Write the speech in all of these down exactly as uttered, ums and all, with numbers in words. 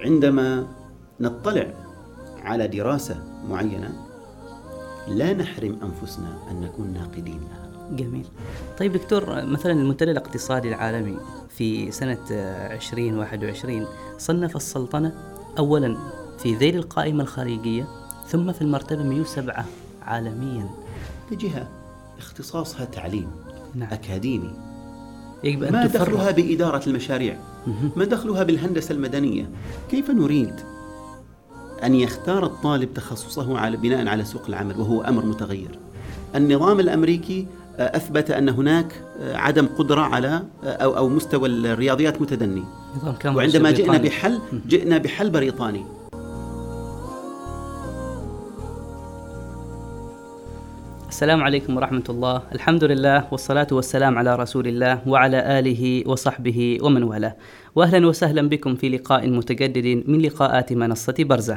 عندما نطلع على دراسة معينة لا نحرم أنفسنا أن نكون ناقدين لها. جميل. طيب دكتور، مثلا المنتدى الاقتصادي العالمي في سنة عشرين واحد وعشرين صنف السلطنة أولا في ذيل القائمة الخارجية، ثم في المرتبة مئة وسبعة عالميا. لجهة اختصاصها تعليم نعم. أكاديمي، ما دخلها بإدارة المشاريع، ما دخلها بالهندسة المدنية. كيف نريد أن يختار الطالب تخصصه على بناء على سوق العمل وهو أمر متغير؟ النظام الأمريكي أثبت أن هناك عدم قدرة على أو أو مستوى الرياضيات متدني، وعندما جئنا بحل جئنا بحل بريطاني. السلام عليكم ورحمة الله. الحمد لله والصلاة والسلام على رسول الله وعلى آله وصحبه ومن والاه، وأهلا وسهلا بكم في لقاء متجدد من لقاءات منصة برزة.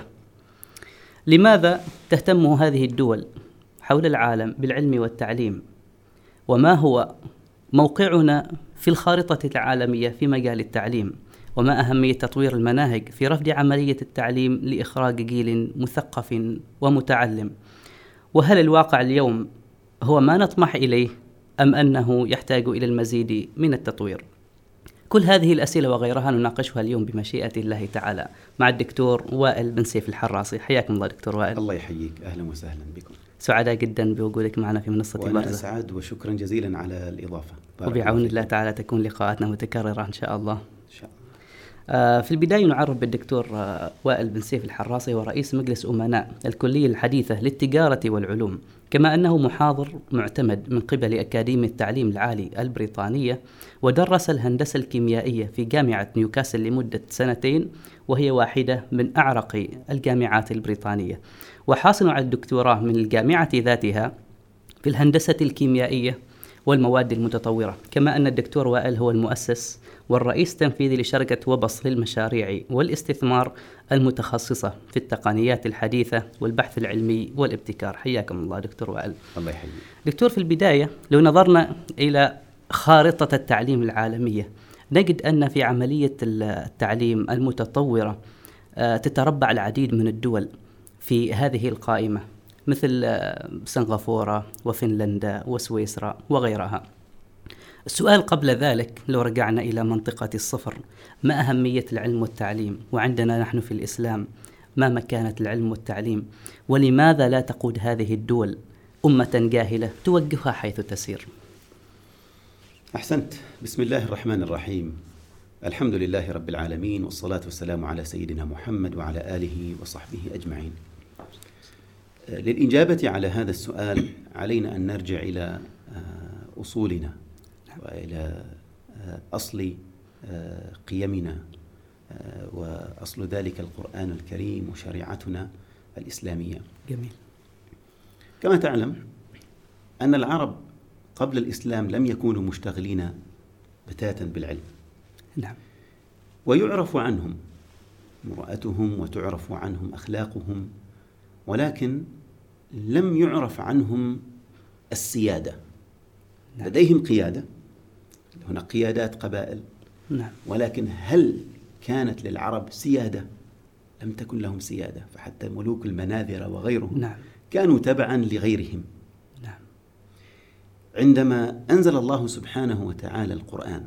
لماذا تهتم هذه الدول حول العالم بالعلم والتعليم؟ وما هو موقعنا في الخارطة العالمية في مجال التعليم؟ وما أهمية تطوير المناهج في رفع عملية التعليم لإخراج جيل مثقف ومتعلم؟ وهل الواقع اليوم هو ما نطمح إليه أم أنه يحتاج إلى المزيد من التطوير؟ كل هذه الأسئلة وغيرها نناقشها اليوم بمشيئة الله تعالى مع الدكتور وائل بن سيف الحراسي. حياكم الله دكتور وائل. الله يحييك، أهلا وسهلا بكم. سعداء جدا بوجودك معنا في منصة برزة. وأنا أسعد وشكرا جزيلا على الإضافة. وبعون الله تعالى تكون لقاءاتنا متكررة إن شاء الله. إن شاء الله. آه في البداية نعرف بالدكتور آه وائل بن سيف الحراسي، ورئيس مجلس أمناء الكلية الحديثة للتجارة والعلوم، كما أنه محاضر معتمد من قبل أكاديمية التعليم العالي البريطانية، ودرس الهندسة الكيميائية في جامعة نيوكاسل لمدة سنتين، وهي واحدة من أعرق الجامعات البريطانية، وحاصل على الدكتوراه من الجامعة ذاتها في الهندسة الكيميائية والمواد المتطورة. كما أن الدكتور وائل هو المؤسس والرئيس التنفيذي لشركة وبص للمشاريع والاستثمار المتخصصة في التقنيات الحديثة والبحث العلمي والابتكار. حياكم الله دكتور وائل. الله يحييك دكتور. في البداية لو نظرنا إلى خارطة التعليم العالمية نجد أن في عملية التعليم المتطورة تتربع العديد من الدول في هذه القائمة، مثل سنغافورة وفنلندا وسويسرا وغيرها. السؤال قبل ذلك لو رجعنا إلى منطقة الصفر، ما أهمية العلم والتعليم؟ وعندنا نحن في الإسلام ما مكانة العلم والتعليم؟ ولماذا لا تقود هذه الدول أمة جاهلة توجهها حيث تسير؟ أحسنت. بسم الله الرحمن الرحيم. الحمد لله رب العالمين، والصلاة والسلام على سيدنا محمد وعلى آله وصحبه أجمعين. للإجابة على هذا السؤال علينا أن نرجع إلى أصولنا وإلى أصل قيمنا، وأصل ذلك القرآن الكريم وشريعتنا الإسلامية. جميل. كما تعلم أن العرب قبل الإسلام لم يكونوا مشتغلين بتاتا بالعلم. نعم. ويعرف عنهم مرأتهم وتعرف عنهم أخلاقهم، ولكن لم يعرف عنهم السيادة. نعم. لديهم قيادة، هنا قيادات قبائل. نعم. ولكن هل كانت للعرب سيادة؟ لم تكن لهم سيادة، فحتى ملوك المناذرة وغيرهم نعم. كانوا تبعا لغيرهم. نعم. عندما أنزل الله سبحانه وتعالى القرآن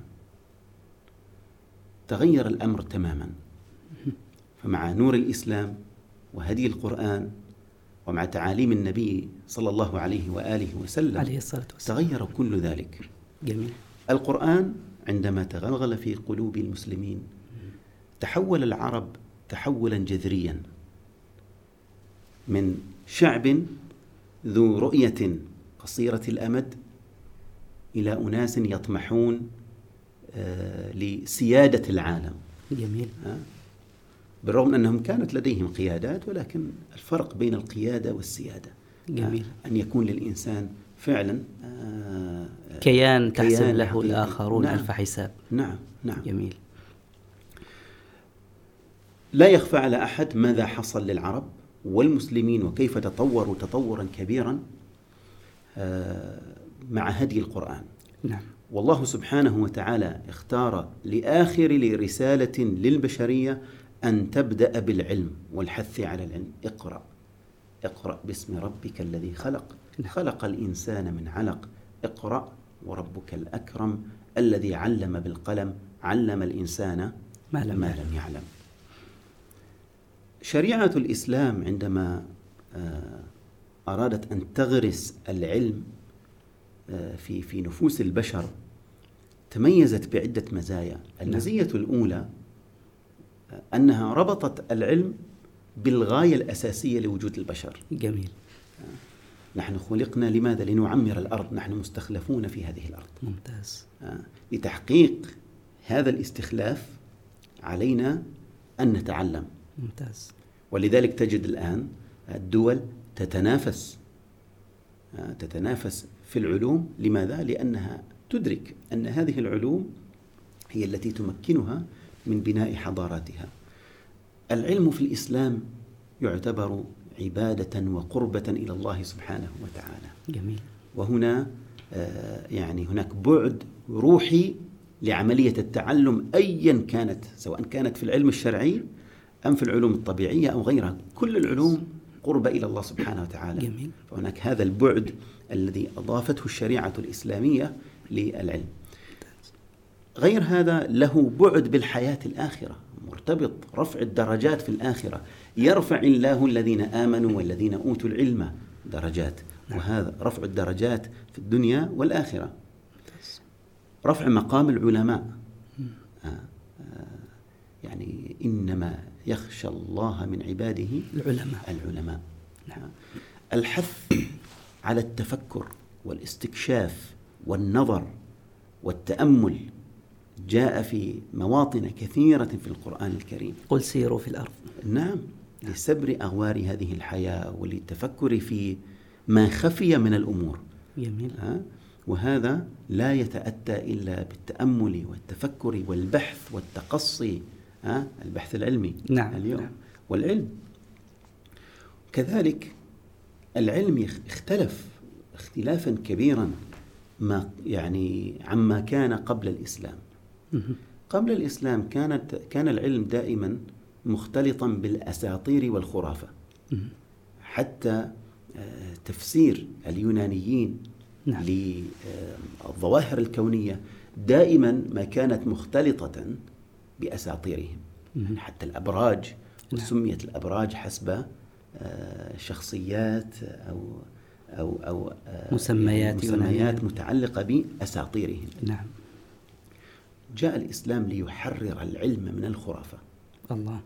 تغير الأمر تماما، فمع نور الإسلام وهدي القرآن ومع تعاليم النبي صلى الله عليه وآله وسلم عليه الصلاة والسلام تغير كل ذلك. جميل. القرآن عندما تغلغل في قلوب المسلمين تحول العرب تحولا جذريا من شعب ذو رؤية قصيرة الأمد إلى أناس يطمحون آه لسيادة العالم. جميل. آه بالرغم أنهم كانت لديهم قيادات، ولكن الفرق بين القيادة والسيادة جميل. آه أن يكون للإنسان فعلا آه كيان تحسب له الآخرون نعم. ألف حساب. نعم نعم. جميل. لا يخفى على أحد ماذا حصل للعرب والمسلمين وكيف تطوروا تطورا كبيرا مع هدي القرآن. نعم. والله سبحانه وتعالى اختار لآخر رسالة للبشرية أن تبدأ بالعلم والحث على العلم. اقرأ اقرأ باسم ربك الذي خلق خلق الإنسان من علق اقرأ وربك الأكرم الذي علم بالقلم علم الإنسان ما لم, ما لم يعلم. شريعة الإسلام عندما أرادت أن تغرس العلم في في نفوس البشر تميزت بعدة مزايا. المزية الأولى أنها ربطت العلم بالغاية الأساسية لوجود البشر. جميل. نحن خلقنا لماذا؟ لنعمر الأرض، نحن مستخلفون في هذه الأرض. ممتاز. لتحقيق هذا الاستخلاف علينا أن نتعلم. ممتاز. ولذلك تجد الآن الدول تتنافس تتنافس في العلوم. لماذا؟ لأنها تدرك أن هذه العلوم هي التي تمكنها من بناء حضاراتها. العلم في الإسلام يعتبر عبادة وقربة إلى الله سبحانه وتعالى. جميل. وهنا يعني هناك بعد روحي لعملية التعلم أيا كانت، سواء كانت في العلم الشرعي أم في العلوم الطبيعية أو غيرها، كل العلوم قربة إلى الله سبحانه وتعالى. جميل. فهناك هذا البعد الذي أضافته الشريعة الإسلامية للعلم. غير هذا له بعد بالحياة الآخرة، مرتبط رفع الدرجات في الآخرة. يرفع الله الذين آمنوا والذين أوتوا العلم درجات، وهذا رفع الدرجات في الدنيا والآخرة. رفع مقام العلماء، آه آه يعني إنما يخشى الله من عباده العلماء العلماء. نعم. الحث على التفكر والاستكشاف والنظر والتأمل جاء في مواطن كثيرة في القرآن الكريم. قل سيروا في الأرض. نعم، لسبر أغوار هذه الحياة وللتفكر في ما خفي من الأمور. جميل. ها؟ وهذا لا يتأتى إلا بالتأمل والتفكر والبحث والتقصي، ها؟ البحث العلمي. نعم. اليوم نعم. والعلم كذلك العلم اختلف اختلافا كبيرا ما يعني عما كان قبل الإسلام. قبل الإسلام كانت كان العلم دائما مختلطا بالأساطير والخرافة. حتى تفسير اليونانيين نعم. للظواهر الكونية دائما ما كانت مختلطة بأساطيرهم. يعني حتى الأبراج نعم. سميت الأبراج حسب شخصيات أو أو أو مسميات, مسميات متعلقة بأساطيرهم. نعم. جاء الإسلام ليحرر العلم من الخرافة. الله.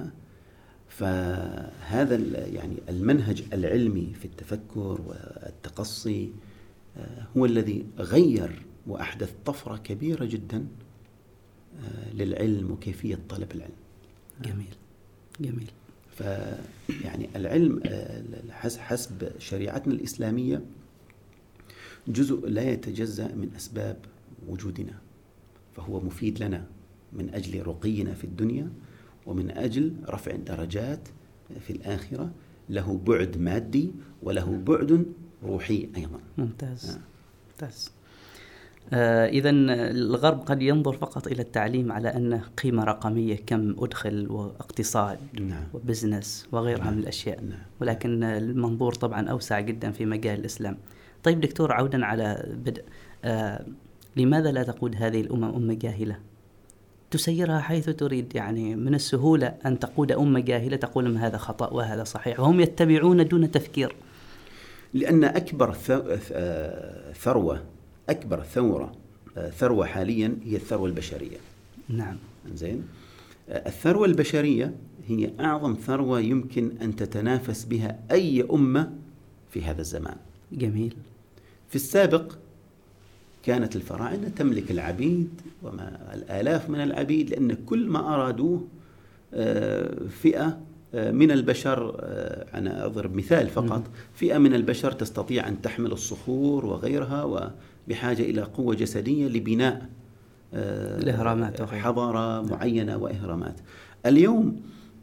فهذا يعني المنهج العلمي في التفكر والتقصي هو الذي غير وأحدث طفرة كبيرة جدا للعلم وكيفية طلب العلم. جميل. جميل. فيعني العلم حسب شريعتنا الإسلامية جزء لا يتجزأ من أسباب وجودنا، فهو مفيد لنا من أجل رقينا في الدنيا ومن أجل رفع الدرجات في الآخرة. له بعد مادي وله بعد روحي أيضا. ممتاز. آه. ممتاز. آه إذا الغرب قد ينظر فقط إلى التعليم على أنه قيمة رقمية، كم أدخل واقتصاد نعم. وبزنس وغيرها نعم. من الأشياء. نعم. ولكن المنظور طبعا أوسع جدا في مجال الإسلام. طيب دكتور، عودا على بدء، آه لماذا لا تقود هذه الأمم أمة جاهلة؟ تسيرها حيث تريد. يعني من السهولة أن تقود أمة جاهلة تقول لهم هذا خطأ وهذا صحيح، وهم يتبعون دون تفكير. لأن أكبر ثروة أكبر ثورة ثروة حاليا هي الثروة البشرية. نعم. زين. الثروة البشرية هي أعظم ثروة يمكن أن تتنافس بها أي أمة في هذا الزمان. جميل. في السابق كانت الفراعنة تملك العبيد وما الآلاف من العبيد، لأن كل ما أرادوه فئة من البشر، أنا أضرب مثال فقط، فئة من البشر تستطيع أن تحمل الصخور وغيرها وبحاجة إلى قوة جسدية لبناء الإهرامات حضارة معينة وإهرامات. اليوم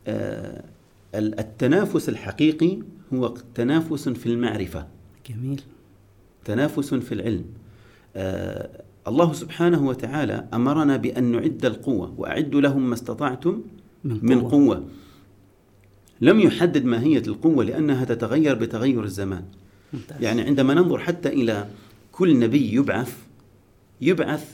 التنافس الحقيقي هو تنافس في المعرفة. جميل. تنافس في العلم. الله سبحانه وتعالى أمرنا بأن نعد القوة وأعدوا لهم ما استطعتم من قوة. من قوة. لم يحدد ماهية القوة لأنها تتغير بتغير الزمان. ممتاز. يعني عندما ننظر حتى إلى كل نبي يبعث يبعث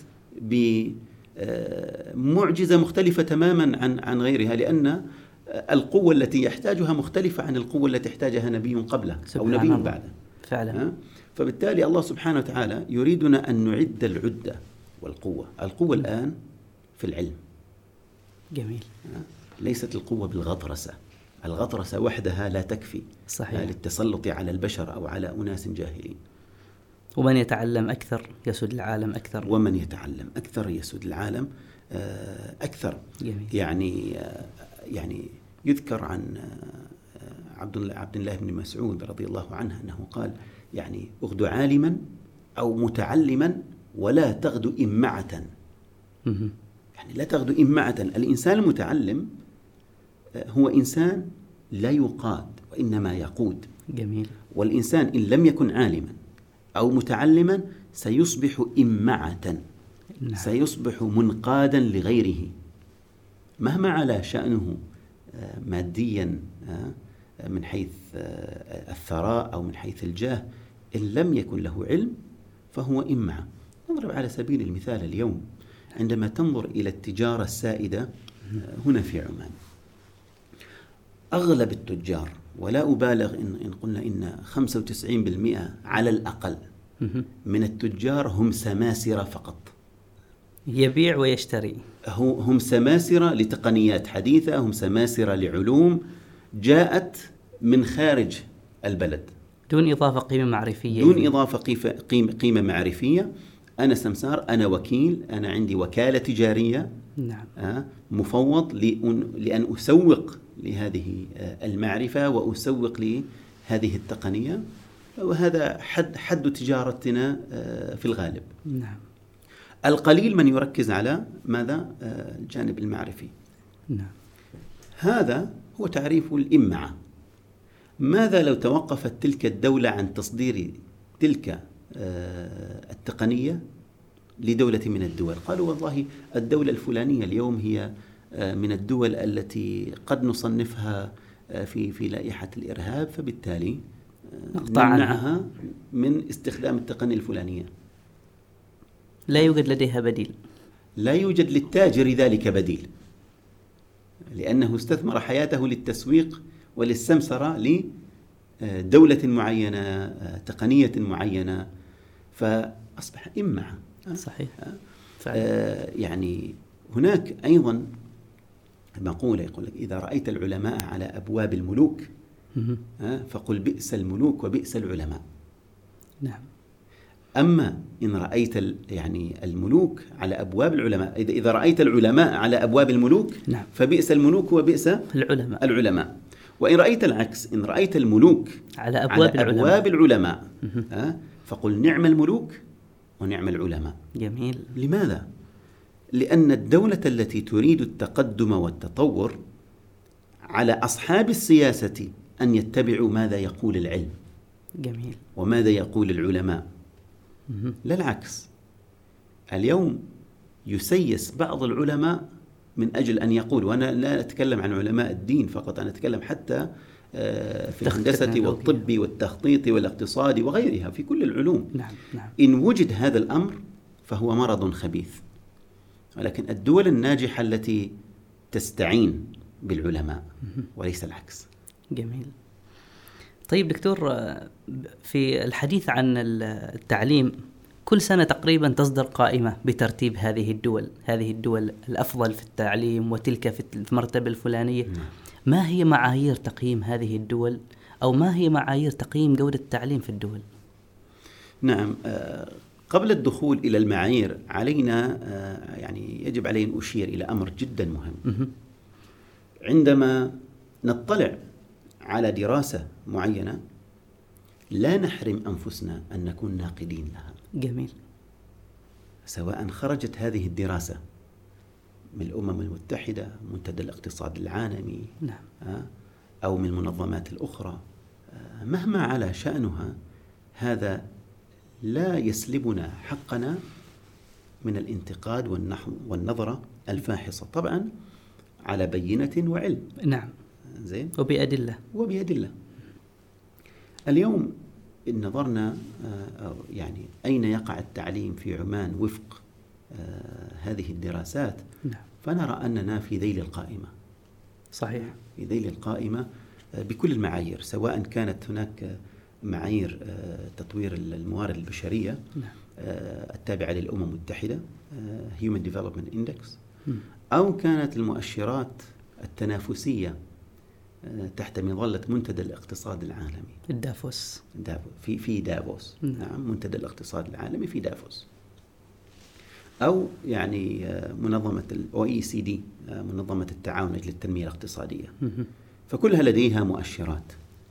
بمعجزة مختلفة تماما عن عن غيرها، لأن القوة التي يحتاجها مختلفة عن القوة التي يحتاجها نبي قبله أو نبي بعده فعلا. فبالتالي الله سبحانه وتعالى يريدنا أن نعد العدة والقوة. القوة م. الآن في العلم. جميل. ليست القوة بالغطرسة. الغطرسة وحدها لا تكفي صحيح. للتسلط على البشر أو على أناس جاهلين. ومن يتعلم أكثر يسود العالم أكثر. ومن يتعلم أكثر يسود العالم أكثر. جميل. يعني يعني يذكر عن عبد عبد الله بن مسعود رضي الله عنه أنه قال يعني اغدو عالما أو متعلما ولا تغدو إمعة. يعني لا تغدو إمعة. الإنسان المتعلم هو إنسان لا يقاد وإنما يقود. جميل. والإنسان إن لم يكن عالما أو متعلما سيصبح إمعة. نعم. سيصبح منقادا لغيره مهما على شأنه ماديا من حيث الثراء أو من حيث الجاه، إن لم يكن له علم فهو إمعة. نضرب على سبيل المثال اليوم عندما تنظر إلى التجارة السائدة هنا في عمان، أغلب التجار ولا أبالغ إن, إن قلنا إن خمسة وتسعين بالمئة على الأقل من التجار هم سماسرة فقط، يبيع ويشتري. هم سماسرة لتقنيات حديثة، هم سماسرة لعلوم جاءت من خارج البلد دون إضافة قيمة معرفية. دون إضافة قيمة, قيمة معرفية. أنا سمسار، أنا وكيل، أنا عندي وكالة تجارية. نعم. مفوض لأن أسوق لهذه المعرفة وأسوق لهذه التقنية، وهذا حد حد تجارتنا في الغالب. نعم. القليل من يركز على ماذا؟ الجانب المعرفي. نعم. هذا هو تعريف الإمعة. ماذا لو توقفت تلك الدولة عن تصدير تلك التقنية لدولة من الدول؟ قالوا والله الدولة الفلانية اليوم هي من الدول التي قد نصنفها في في لائحة الإرهاب، فبالتالي نمنعها من استخدام التقنية الفلانية. لا يوجد لديها بديل. لا يوجد للتاجر ذلك بديل، لأنه استثمر حياته للتسويق وللسمسرة لدولة معينة، تقنية معينة، فأصبح إمعة. صحيح. آه يعني هناك أيضا مقولة يقول لك إذا رأيت العلماء على أبواب الملوك فقل بئس الملوك وبئس العلماء. نعم. أما إن رأيت يعني الملوك على أبواب العلماء، إذا إذا رأيت العلماء على أبواب الملوك نعم. فبئس الملوك وبئس العلماء. العلماء. وإن رأيت العكس، إن رأيت الملوك على أبواب على أبواب العلماء, العلماء فقل نعم الملوك ونعم العلماء. جميل. لماذا؟ لأن الدولة التي تريد التقدم والتطور على أصحاب السياسة أن يتبعوا ماذا يقول العلم. جميل. وماذا يقول العلماء، لا العكس. اليوم يسيس بعض العلماء من أجل أن يقول، وأنا لا أتكلم عن علماء الدين فقط، أنا أتكلم حتى في الهندسة والطب والتخطيط والاقتصاد وغيرها، في كل العلوم. نعم. نعم. إن وجد هذا الأمر فهو مرض خبيث. ولكن الدول الناجحة التي تستعين بالعلماء وليس العكس. جميل. طيب دكتور، في الحديث عن التعليم كل سنة تقريبا تصدر قائمة بترتيب هذه الدول، هذه الدول الأفضل في التعليم وتلك في المرتبة الفلانية. نعم. ما هي معايير تقييم هذه الدول، أو ما هي معايير تقييم جودة التعليم في الدول؟ نعم. قبل الدخول إلى المعايير علينا يعني يجب علينا أن أشير إلى أمر جدا مهم. عندما نطلع على دراسة معينة لا نحرم أنفسنا أن نكون ناقدين لها. جميل. سواء خرجت هذه الدراسة من الأمم المتحدة، منتدى الاقتصاد العالمي، نعم. أو من المنظمات الأخرى، مهما على شأنها، هذا لا يسلبنا حقنا من الانتقاد والنظرة الفاحصة. طبعا على بينة وعلم. نعم. زين. وبأدلة. وبأدلة. اليوم إن نظرنا يعني أين يقع التعليم في عمان وفق هذه الدراسات، نعم. فنرى أننا في ذيل القائمة. صحيح. في ذيل القائمة بكل المعايير، سواء كانت هناك معايير تطوير الموارد البشرية، نعم. التابعة للأمم المتحدة Human Development Index، أو كانت المؤشرات التنافسية تحت مظلة منتدى الاقتصاد العالمي الدافوس دافوس في في دافوس. نعم. نعم، منتدى الاقتصاد العالمي في دافوس، أو يعني منظمة ال أو إي سي دي، منظمة التعاون لأجل التنمية الاقتصادية. فكلها لديها مؤشرات.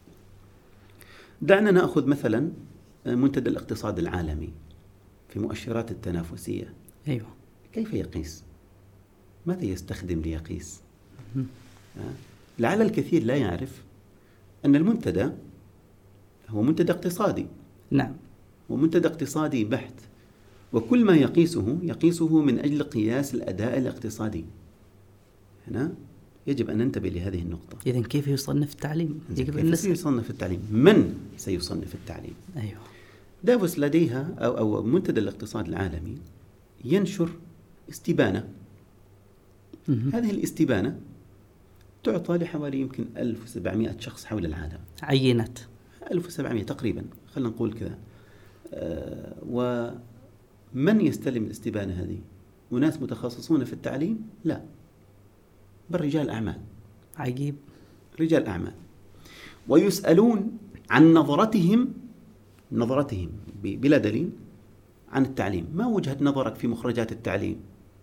دعنا نأخذ مثلا منتدى الاقتصاد العالمي في مؤشرات التنافسية. أيوة. كيف يقيس؟ ماذا يستخدم ليقيس؟ لعل الكثير لا يعرف أن المنتدى هو منتدى اقتصادي. نعم. ومنتدى اقتصادي بحت، وكل ما يقيسه يقيسه من أجل قياس الأداء الاقتصادي. هنا يجب أن ننتبه لهذه النقطة. إذن كيف يصنف التعليم؟ كيف يصنف التعليم؟ من سيصنف التعليم؟ أيوة. دافوس لديها أو أو منتدى الاقتصاد العالمي ينشر استبانة. هذه الاستبانة تعطى لحوالي يمكن ألف وسبعمائة شخص حول العالم. عينت ألف وسبعمائة تقريبا، خلينا نقول كذا. آه ومن يستلم الاستبانة هذه؟ وناس متخصصون في التعليم؟ لا، بل رجال أعمال. عجيب. رجال أعمال، ويسألون عن نظرتهم نظرتهم بلا دليل عن التعليم. ما وجهة نظرك في مخرجات التعليم؟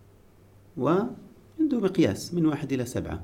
وعنده مقياس من واحد إلى سبعة.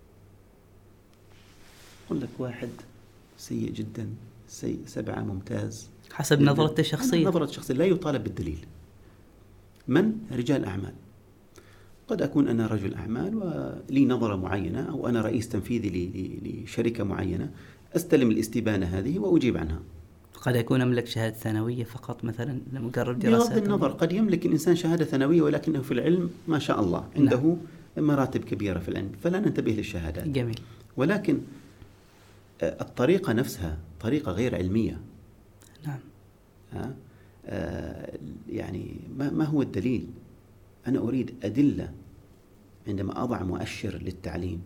يقول لك واحد سيء جدا، سيء، سبعة ممتاز، حسب نظرته الشخصية. نظرة شخصية، لا يطالب بالدليل. من؟ رجال أعمال. قد أكون أنا رجل أعمال ولي نظرة معينة، أو أنا رئيس تنفيذي لشركة معينة، أستلم الاستبانة هذه وأجيب عنها. قد يكون أملك شهادة ثانوية فقط مثلا لمجرد دراسات. بغض النظر، قد يملك الإنسان شهادة ثانوية ولكنه في العلم ما شاء الله عنده نعم. مراتب كبيرة في العلم، فلا ننتبه للشهادات. جميل. ولكن الطريقة نفسها طريقة غير علمية. نعم. آه يعني ما ما هو الدليل؟ أنا أريد أدلة عندما أضع مؤشر للتعليم.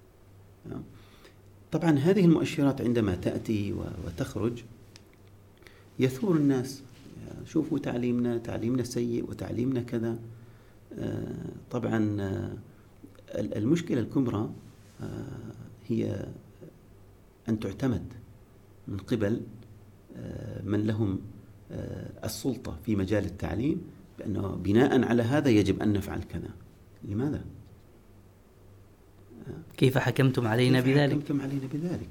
طبعا هذه المؤشرات عندما تأتي وتخرج يثور الناس، شوفوا تعليمنا تعليمنا سيء وتعليمنا كذا. طبعا المشكلة الكبرى هي أن تعتمد من قبل من لهم السلطة في مجال التعليم بأنه بناء على هذا يجب أن نفعل كذا. لماذا؟ كيف حكمتم علينا كيف بذلك؟ حكمتم علينا بذلك؟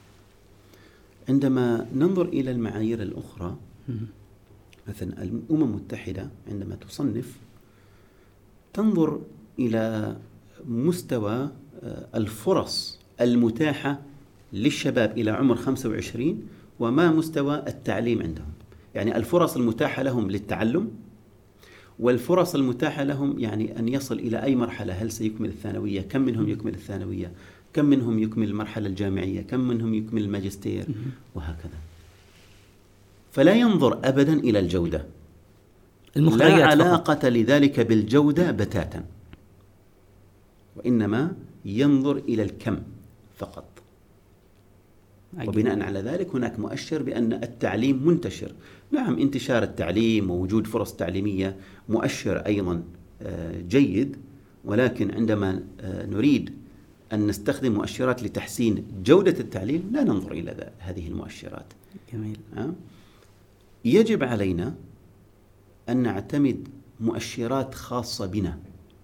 عندما ننظر إلى المعايير الأخرى، مثلا الأمم المتحدة عندما تصنف تنظر إلى مستوى الفرص المتاحة للشباب إلى عمر خمسة وعشرين، وما مستوى التعليم عندهم. يعني الفرص المتاحة لهم للتعلم، والفرص المتاحة لهم يعني أن يصل إلى أي مرحلة. هل سيكمل الثانوية؟ كم منهم يكمل الثانوية؟ كم منهم يكمل المرحلة الجامعية؟ كم منهم يكمل الماجستير؟ وهكذا. فلا ينظر أبدا إلى الجودة، لا علاقة لذلك بالجودة بتاتا، وإنما ينظر إلى الكم فقط. وبناء على ذلك هناك مؤشر بأن التعليم منتشر. نعم، انتشار التعليم ووجود فرص تعليمية مؤشر أيضا جيد، ولكن عندما نريد أن نستخدم مؤشرات لتحسين جودة التعليم لا ننظر إلى هذه المؤشرات. جميل. يجب علينا أن نعتمد مؤشرات خاصة بنا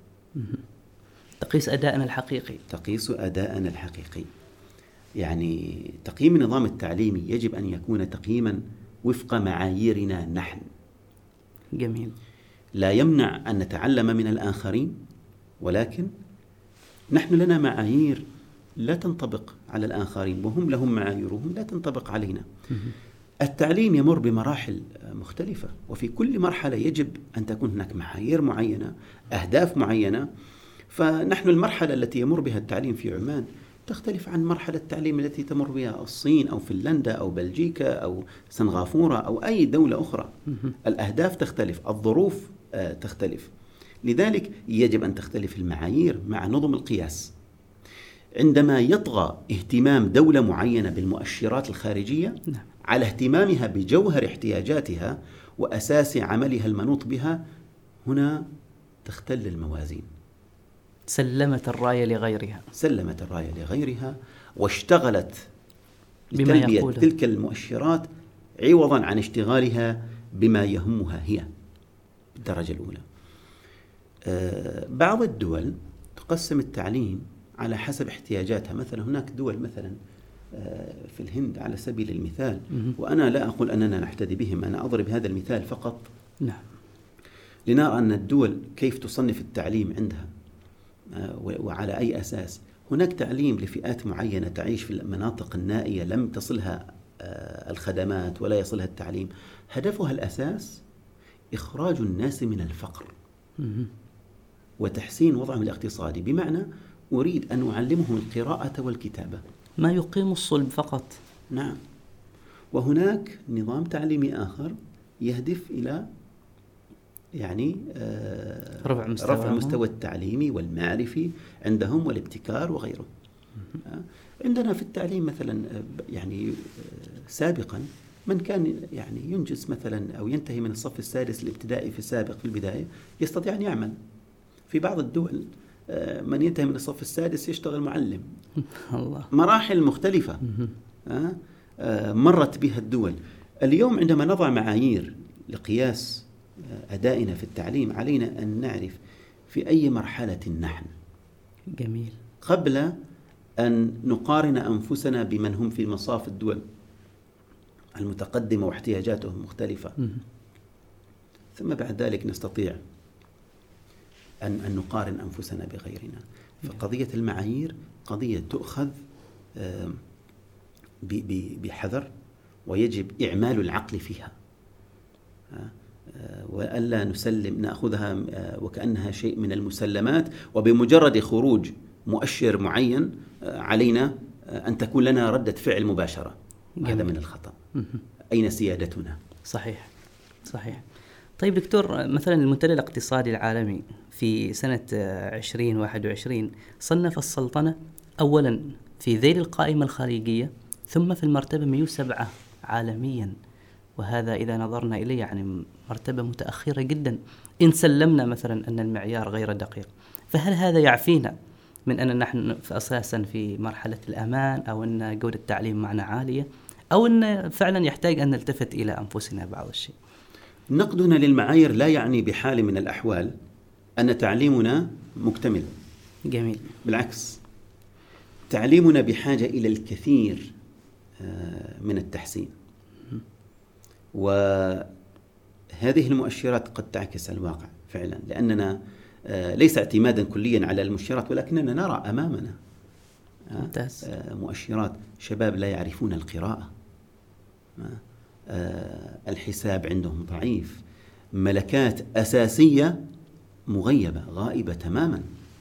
تقيس أداءنا الحقيقي. تقيس أداءنا الحقيقي. يعني تقييم النظام التعليمي يجب أن يكون تقييما وفق معاييرنا نحن. جميل. لا يمنع أن نتعلم من الآخرين، ولكن نحن لنا معايير لا تنطبق على الآخرين، وهم لهم معاييرهم لا تنطبق علينا. التعليم يمر بمراحل مختلفة، وفي كل مرحلة يجب أن تكون هناك معايير معينة، أهداف معينة. فنحن المرحلة التي يمر بها التعليم في عمان تختلف عن مرحلة التعليم التي تمر بها الصين أو فنلندا أو بلجيكا أو سنغافورة أو أي دولة أخرى. الأهداف تختلف، الظروف تختلف، لذلك يجب أن تختلف المعايير مع نظم القياس. عندما يطغى اهتمام دولة معينة بالمؤشرات الخارجية على اهتمامها بجوهر احتياجاتها وأساس عملها المنوط بها، هنا تختل الموازين. سلمت الراية لغيرها سلمت الراية لغيرها واشتغلت بتلبية تلك المؤشرات عوضا عن اشتغالها بما يهمها هي بالدرجة الأولى. أه بعض الدول تقسم التعليم على حسب احتياجاتها. مثلا هناك دول مثلا في الهند على سبيل المثال، وأنا لا أقول أننا نحتدي بهم، أنا أضرب هذا المثال فقط نعم. لنرى أن الدول كيف تصنف التعليم عندها وعلى أي أساس. هناك تعليم لفئات معينة تعيش في المناطق النائية لم تصلها الخدمات ولا يصلها التعليم، هدفها الأساس إخراج الناس من الفقر وتحسين وضعهم الاقتصادي، بمعنى أريد أن أعلمهم القراءة والكتابة، ما يقيم الصلب فقط. نعم. وهناك نظام تعليمي آخر يهدف إلى يعني آه رفع مستوى, رفع المستوى التعليمي والمعرفي عندهم والابتكار وغيره. آه عندنا في التعليم مثلا يعني آه سابقا من كان يعني ينجز مثلا أو ينتهي من الصف السادس الابتدائي في السابق في البداية يستطيع أن يعمل. في بعض الدول آه من ينتهي من الصف السادس يشتغل معلم. الله. مراحل مختلفة آه آه مرت بها الدول. اليوم عندما نضع معايير لقياس أدائنا في التعليم علينا أن نعرف في أي مرحلة نحن. جميل. قبل أن نقارن أنفسنا بمن هم في مصاف الدول المتقدمة واحتياجاتهم مختلفة، ثم بعد ذلك نستطيع أن, أن نقارن أنفسنا بغيرنا. فقضية المعايير قضية تؤخذ بحذر ويجب إعمال العقل فيها، وألا نسلم نأخذها وكأنها شيء من المسلمات، وبمجرد خروج مؤشر معين علينا أن تكون لنا ردة فعل مباشرة. هذا من الخطأ. أين سيادتنا؟ صحيح صحيح. طيب دكتور، مثلا المنتدى الاقتصادي العالمي في سنة عشرين واحد وعشرين صنف السلطنة أولا في ذيل القائمة الخارجية، ثم في المرتبة مئة وسبعة عالميا، وهذا إذا نظرنا إليه يعني مرتبة متأخرة جدا إن سلمنا مثلا أن المعيار غير دقيق. فهل هذا يعفينا من أن نحن أساسا في مرحلة الأمان، أو أن جودة التعليم معنا عالية، أو أن فعلا يحتاج أن نلتفت إلى أنفسنا بعض الشيء؟ نقدنا للمعايير لا يعني بحال من الأحوال أن تعليمنا مكتمل. جميل. بالعكس، تعليمنا بحاجة إلى الكثير من التحسين، وهذه المؤشرات قد تعكس الواقع فعلا، لأننا ليس اعتمادا كليا على المؤشرات، ولكننا نرى أمامنا ممتاز. مؤشرات شباب لا يعرفون القراءة، الحساب عندهم ضعيف، ملكات أساسية مغيبة غائبة تماما.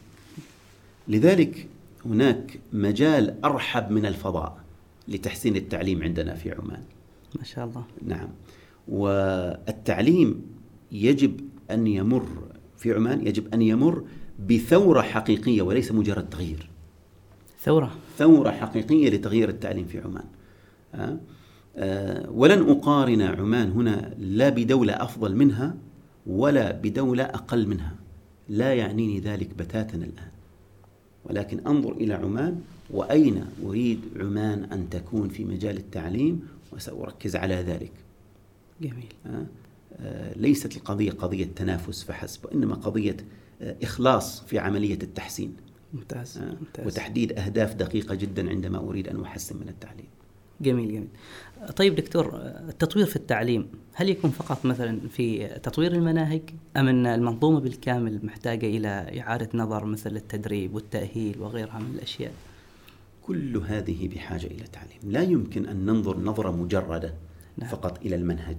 لذلك هناك مجال أرحب من الفضاء لتحسين التعليم عندنا في عمان. ما شاء الله. نعم. والتعليم يجب أن يمر في عمان يجب أن يمر بثورة حقيقية وليس مجرد تغيير. ثورة ثورة حقيقية لتغيير التعليم في عمان. أه؟ أه ولن أقارن عمان هنا لا بدولة أفضل منها ولا بدولة أقل منها، لا يعنيني ذلك بتاتا الآن، ولكن أنظر إلى عمان وأين أريد عمان أن تكون في مجال التعليم، وسأركز على ذلك. جميل. أه؟ أه ليست القضية قضية تنافس فحسب، وإنما قضية إخلاص في عملية التحسين. ممتاز. أه؟ ممتاز. وتحديد أهداف دقيقة جدا عندما أريد أن أحسن من التعليم. جميل جميل. طيب دكتور، التطوير في التعليم هل يكون فقط مثلا في تطوير المناهج، أم أن المنظومة بالكامل محتاجة إلى إعادة نظر مثل التدريب والتأهيل وغيرها من الأشياء؟ كل هذه بحاجة إلى تعليم. لا يمكن أن ننظر نظرة مجردة نعم. فقط إلى المنهج.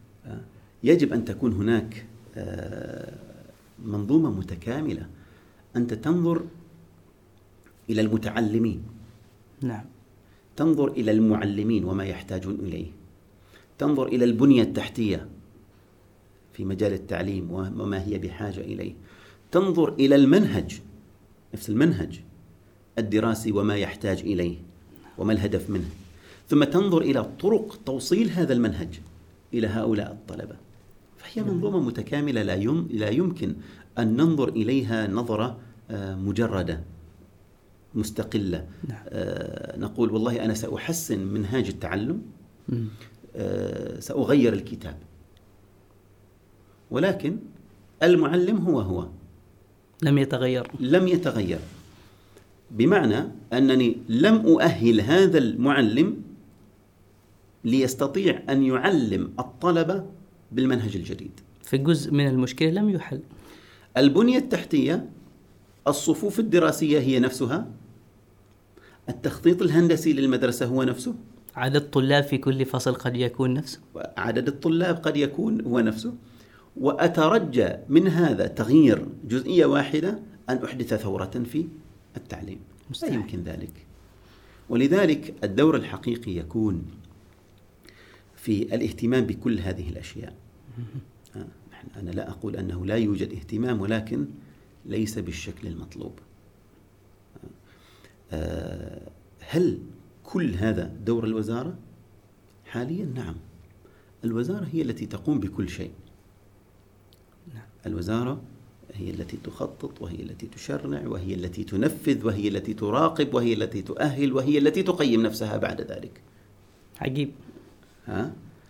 يجب أن تكون هناك منظومة متكاملة. أنت تنظر إلى المتعلمين، نعم، تنظر إلى المعلمين وما يحتاجون إليه، تنظر إلى البنية التحتية في مجال التعليم وما هي بحاجة إليه، تنظر إلى المنهج، نفس المنهج الدراسي وما يحتاج إليه وما الهدف منه، ثم تنظر إلى طرق توصيل هذا المنهج إلى هؤلاء الطلبة. فهي منظومة متكاملة لا يمكن أن ننظر إليها نظرة مجردة مستقلة. نقول والله أنا سأحسن منهاج التعلم، سأغير الكتاب، ولكن المعلم هو هو لم يتغير لم يتغير بمعنى أنني لم أؤهل هذا المعلم ليستطيع أن يعلم الطلبة بالمنهج الجديد. في جزء من المشكلة لم يحل. البنية التحتية، الصفوف الدراسية هي نفسها، التخطيط الهندسي للمدرسة هو نفسه، عدد الطلاب في كل فصل قد يكون نفسه، عدد الطلاب قد يكون هو نفسه، وأترجى من هذا تغيير جزئية واحدة أن أحدث ثورة في التعليم. لا يمكن ذلك. ولذلك الدور الحقيقي يكون في الاهتمام بكل هذه الأشياء. أنا لا أقول أنه لا يوجد اهتمام، ولكن ليس بالشكل المطلوب. هل كل هذا دور الوزارة؟ حاليا نعم، الوزارة هي التي تقوم بكل شيء. الوزارة هي التي تخطط، وهي التي تشرع، وهي التي تنفذ، وهي التي تراقب، وهي التي تؤهل، وهي التي تقيم نفسها بعد ذلك. عجيب. ها؟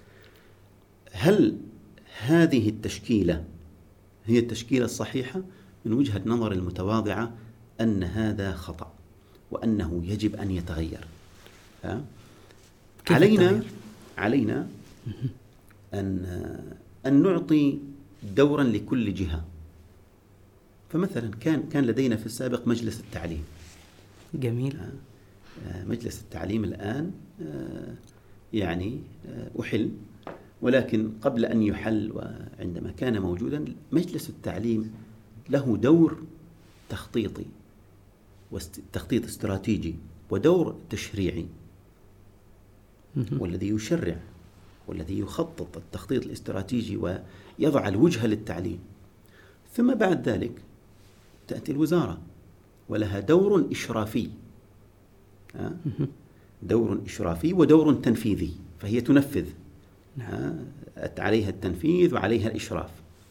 هل هذه التشكيلة هي التشكيلة الصحيحة؟ من وجهة نظر المتواضعة أن هذا خطأ، وأنه يجب أن يتغير. ها؟ علينا التغير؟ علينا أن أن نعطي دورا لكل جهة. فمثلا كان كان لدينا في السابق مجلس التعليم. جميل. مجلس التعليم الآن يعني أحل، ولكن قبل أن يحل وعندما كان موجودا مجلس التعليم له دور تخطيطي وتخطيط استراتيجي ودور تشريعي، والذي يشرع والذي يخطط التخطيط الاستراتيجي ويضع الوجهة للتعليم. ثم بعد ذلك تأتي الوزارة ولها دور إشرافي، دور إشرافي ودور تنفيذي، فهي تنفذ، عليها التنفيذ وعليها الإشراف.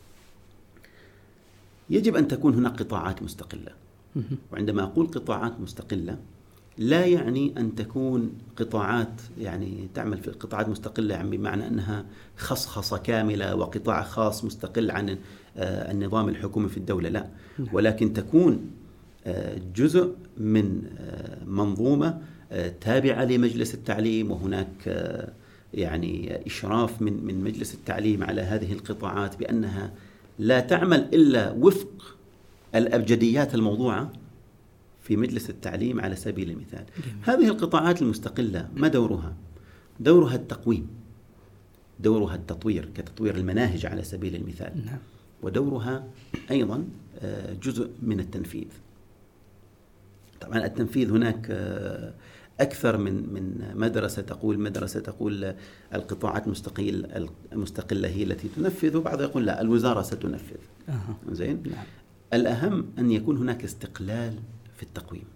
يجب أن تكون هناك قطاعات مستقلة، وعندما أقول قطاعات مستقلة لا يعني أن تكون قطاعات يعني تعمل في قطاعات مستقلة يعني بمعنى أنها خصخصة كاملة وقطاع خاص مستقل عن النظام الحكومي في الدولة، لا، ولكن تكون جزء من منظومة تابعة لمجلس التعليم، وهناك يعني إشراف من من مجلس التعليم على هذه القطاعات بأنها لا تعمل إلا وفق الأبجديات الموضوعة في مجلس التعليم على سبيل المثال. جميل. هذه القطاعات المستقلة ما دورها؟ دورها التقويم، دورها التطوير كتطوير المناهج على سبيل المثال. نعم. ودورها أيضا جزء من التنفيذ. طبعا التنفيذ هناك أكثر من من مدرسة تقول مدرسة تقول القطاعات المستقل المستقلة هي التي تنفذ، وبعض يقول لا الوزارة ستنفذ. أه. زين. نعم. الأهم أن يكون هناك استقلال في التقويم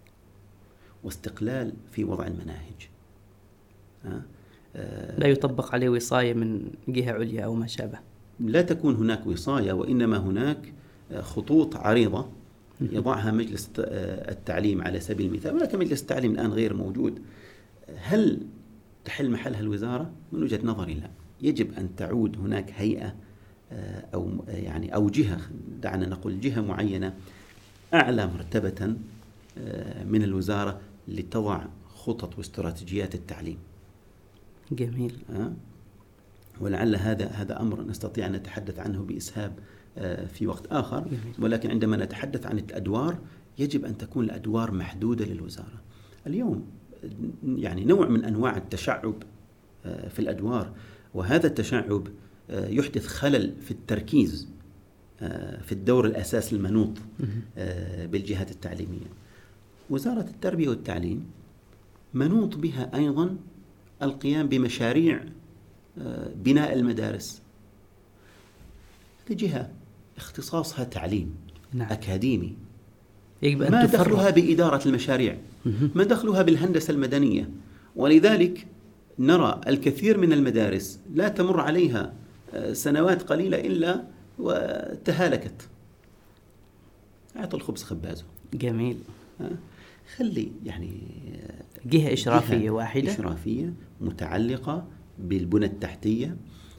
واستقلال في وضع المناهج. أه؟ لا يطبق عليه وصاية من جهة عليا أو ما شابه. لا تكون هناك وصاية، وإنما هناك خطوط عريضة يضعها مجلس التعليم على سبيل المثال، ولكن مجلس التعليم الآن غير موجود. هل تحل محلها الوزارة؟ من وجهة نظري لا، يجب أن تعود هناك هيئة أو يعني أو جهة، دعنا نقول جهة معينة أعلى مرتبة من الوزارة لتضع خطط واستراتيجيات التعليم. جميل. أه؟ ولعل هذا هذا أمر نستطيع أن نتحدث عنه بإسهاب في وقت آخر. جميل. ولكن عندما نتحدث عن الأدوار يجب أن تكون الأدوار محدودة للوزارة. اليوم يعني نوع من أنواع التشعب في الأدوار، وهذا التشعب يحدث خلل في التركيز في الدور الأساس المنوط بالجهات التعليمية. وزارة التربية والتعليم منوط بها أيضا القيام بمشاريع بناء المدارس. هذه جهة اختصاصها تعليم نعم. أكاديمي، ما دخلها بإدارة المشاريع، ما دخلها بالهندسة المدنية. ولذلك نرى الكثير من المدارس لا تمر عليها سنوات قليلة إلا وتهالكت. أعطى الخبز خبازه. جميل. خلي يعني جهة إشرافية جهة واحدة إشرافية متعلقة بالبنى التحتية،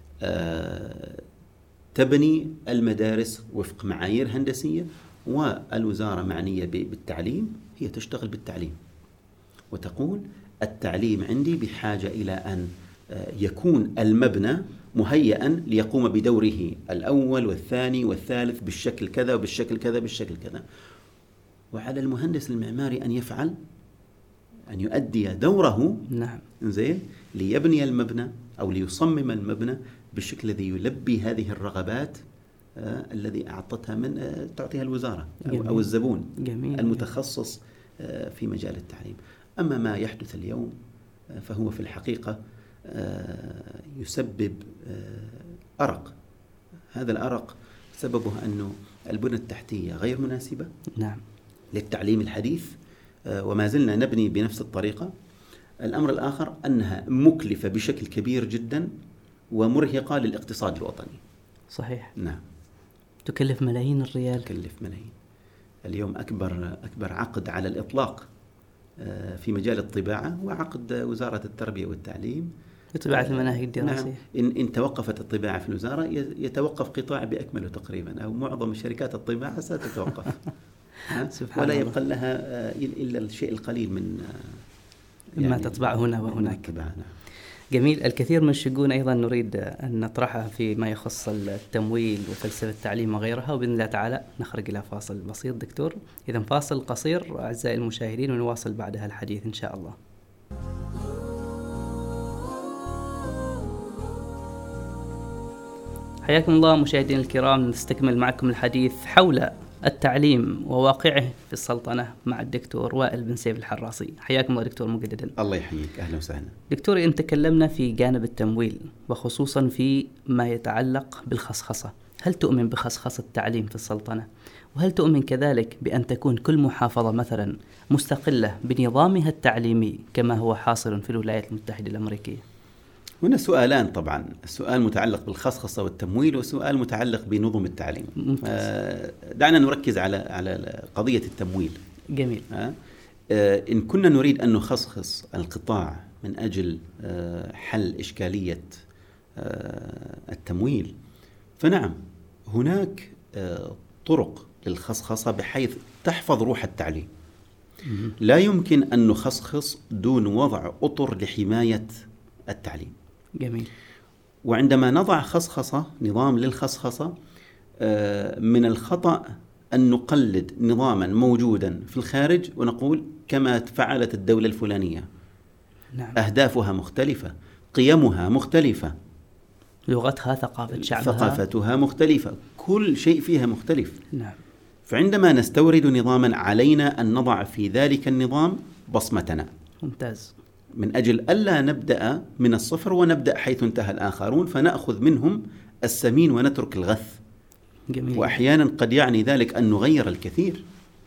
تبني المدارس وفق معايير هندسية، والوزارة معنية بالتعليم، هي تشتغل بالتعليم وتقول التعليم عندي بحاجة إلى أن يكون المبنى مهيئا ليقوم بدوره الأول والثاني والثالث بالشكل كذا وبالشكل كذا بالشكل كذا. وعلى المهندس المعماري أن يفعل أن يؤدي دوره. نعم. زين ليبني المبنى أو ليصمم المبنى بالشكل الذي يلبي هذه الرغبات آه الذي أعطتها من آه تعطيها الوزارة أو, أو الزبون جميل. المتخصص آه في مجال التعليم. أما ما يحدث اليوم آه فهو في الحقيقة آه يسبب آه أرق. هذا الأرق سببه أنه البنى التحتية غير مناسبة. نعم. للتعليم الحديث، آه وما زلنا نبني بنفس الطريقة. الأمر الآخر أنها مكلفة بشكل كبير جدا ومرهقة للاقتصاد الوطني. صحيح. نعم. تكلف ملايين الريال. تكلف ملايين. اليوم أكبر أكبر عقد على الإطلاق في مجال الطباعة وعقد وزارة التربية والتعليم لطباعة المناهج الدراسية. نعم. إن, إن توقفت الطباعة في الوزارة يتوقف قطاع بأكمله تقريبا، أو معظم شركات الطباعة ستتوقف. ولا يبقى لها إلا الشيء القليل من يعني ما تطبع هنا وهناك. جميل. الكثير من الشؤون أيضا نريد أن نطرحها فيما يخص التمويل وفلسفة التعليم وغيرها، وبإذن الله تعالى نخرج إلى فاصل بسيط دكتور. إذا فاصل قصير أعزائي المشاهدين ونواصل بعدها الحديث إن شاء الله. حياكم الله مشاهدين الكرام، نستكمل معكم الحديث حول التعليم وواقعه في السلطنة مع الدكتور وائل بن سيف الحراسي. حياكم الله دكتور مجددا. الله يحييك، أهلا وسهلا. دكتور، إن تكلمنا في جانب التمويل وخصوصا في ما يتعلق بالخصخصة، هل تؤمن بخصخصة التعليم في السلطنة؟ وهل تؤمن كذلك بأن تكون كل محافظة مثلا مستقلة بنظامها التعليمي كما هو حاصل في الولايات المتحدة الأمريكية؟ هنا سؤالان طبعا، السؤال متعلق بالخصخصة والتمويل، وسؤال متعلق بنظم التعليم. آه دعنا نركز على على قضية التمويل. جميل. آه آه إن كنا نريد أن نخصخص القطاع من أجل آه حل إشكالية آه التمويل، فنعم هناك آه طرق للخصخصة بحيث تحفظ روح التعليم. لا يمكن أن نخصخص دون وضع أطر لحماية التعليم. جميل. وعندما نضع خصخصة، نظام للخصخصة، من الخطأ أن نقلد نظاما موجودا في الخارج ونقول كما فعلت الدولة الفلانية. نعم. أهدافها مختلفة، قيمها مختلفة، لغتها، ثقافة شعبها، ثقافتها مختلفة، كل شيء فيها مختلف. نعم. فعندما نستورد نظاما علينا أن نضع في ذلك النظام بصمتنا. ممتاز. من أجل ألا نبدأ من الصفر ونبدأ حيث انتهى الآخرون فنأخذ منهم السمين ونترك الغث. جميل. وأحيانا قد يعني ذلك أن نغير الكثير.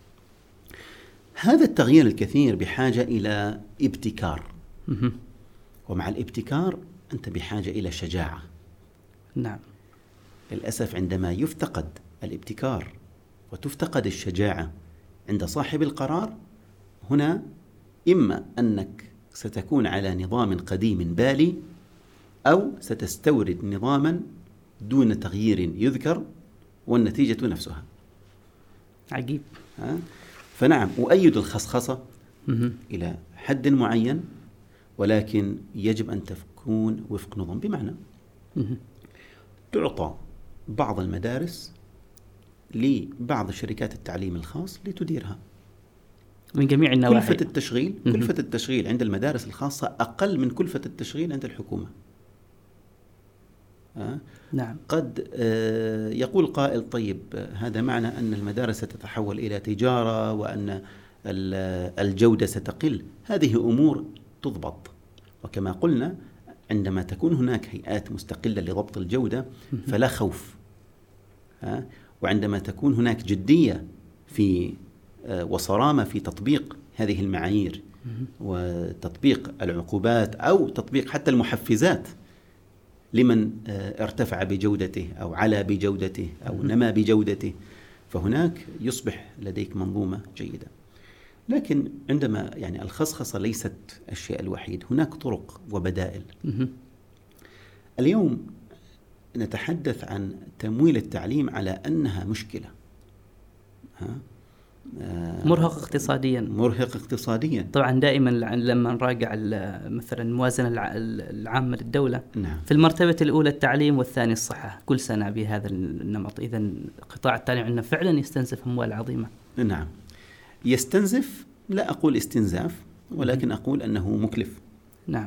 هذا التغيير الكثير بحاجة إلى ابتكار. مه. ومع الابتكار أنت بحاجة إلى شجاعة. نعم. للأسف عندما يفتقد الابتكار وتفتقد الشجاعة عند صاحب القرار، هنا إما أنك ستكون على نظام قديم بالي، أو ستستورد نظاما دون تغيير يذكر والنتيجة نفسها. عجيب. فنعم أؤيد الخصخصة مه. إلى حد معين، ولكن يجب أن تكون وفق نظام. بمعنى مه. تعطى بعض المدارس لبعض شركات التعليم الخاص لتديرها من جميع النواحي. كلفة التشغيل مه. كلفة التشغيل عند المدارس الخاصة أقل من كلفة التشغيل عند الحكومة. نعم. قد يقول قائل طيب هذا معنى أن المدارس ستتحول إلى تجارة وأن الجودة ستقل. هذه أمور تضبط، وكما قلنا عندما تكون هناك هيئات مستقلة لضبط الجودة فلا خوف، وعندما تكون هناك جدية في وصرامة في تطبيق هذه المعايير وتطبيق العقوبات أو تطبيق حتى المحفزات لمن ارتفع بجودته أو علا بجودته أو نما بجودته، فهناك يصبح لديك منظومة جيدة. لكن عندما يعني الخصخصة ليست الشيء الوحيد، هناك طرق وبدائل. اليوم نتحدث عن تمويل التعليم على أنها مشكلة، ها؟ مرهق اقتصاديا. مرهق اقتصاديا طبعا. دائما لما نراجع مثلا الموازنة العامة للدولة، نعم. في المرتبة الأولى التعليم والثاني الصحة كل سنة بهذا النمط. إذا قطاع التعليم عندنا فعلا يستنزف أموال عظيمة. نعم يستنزف، لا أقول استنزاف ولكن أقول أنه مكلف. نعم.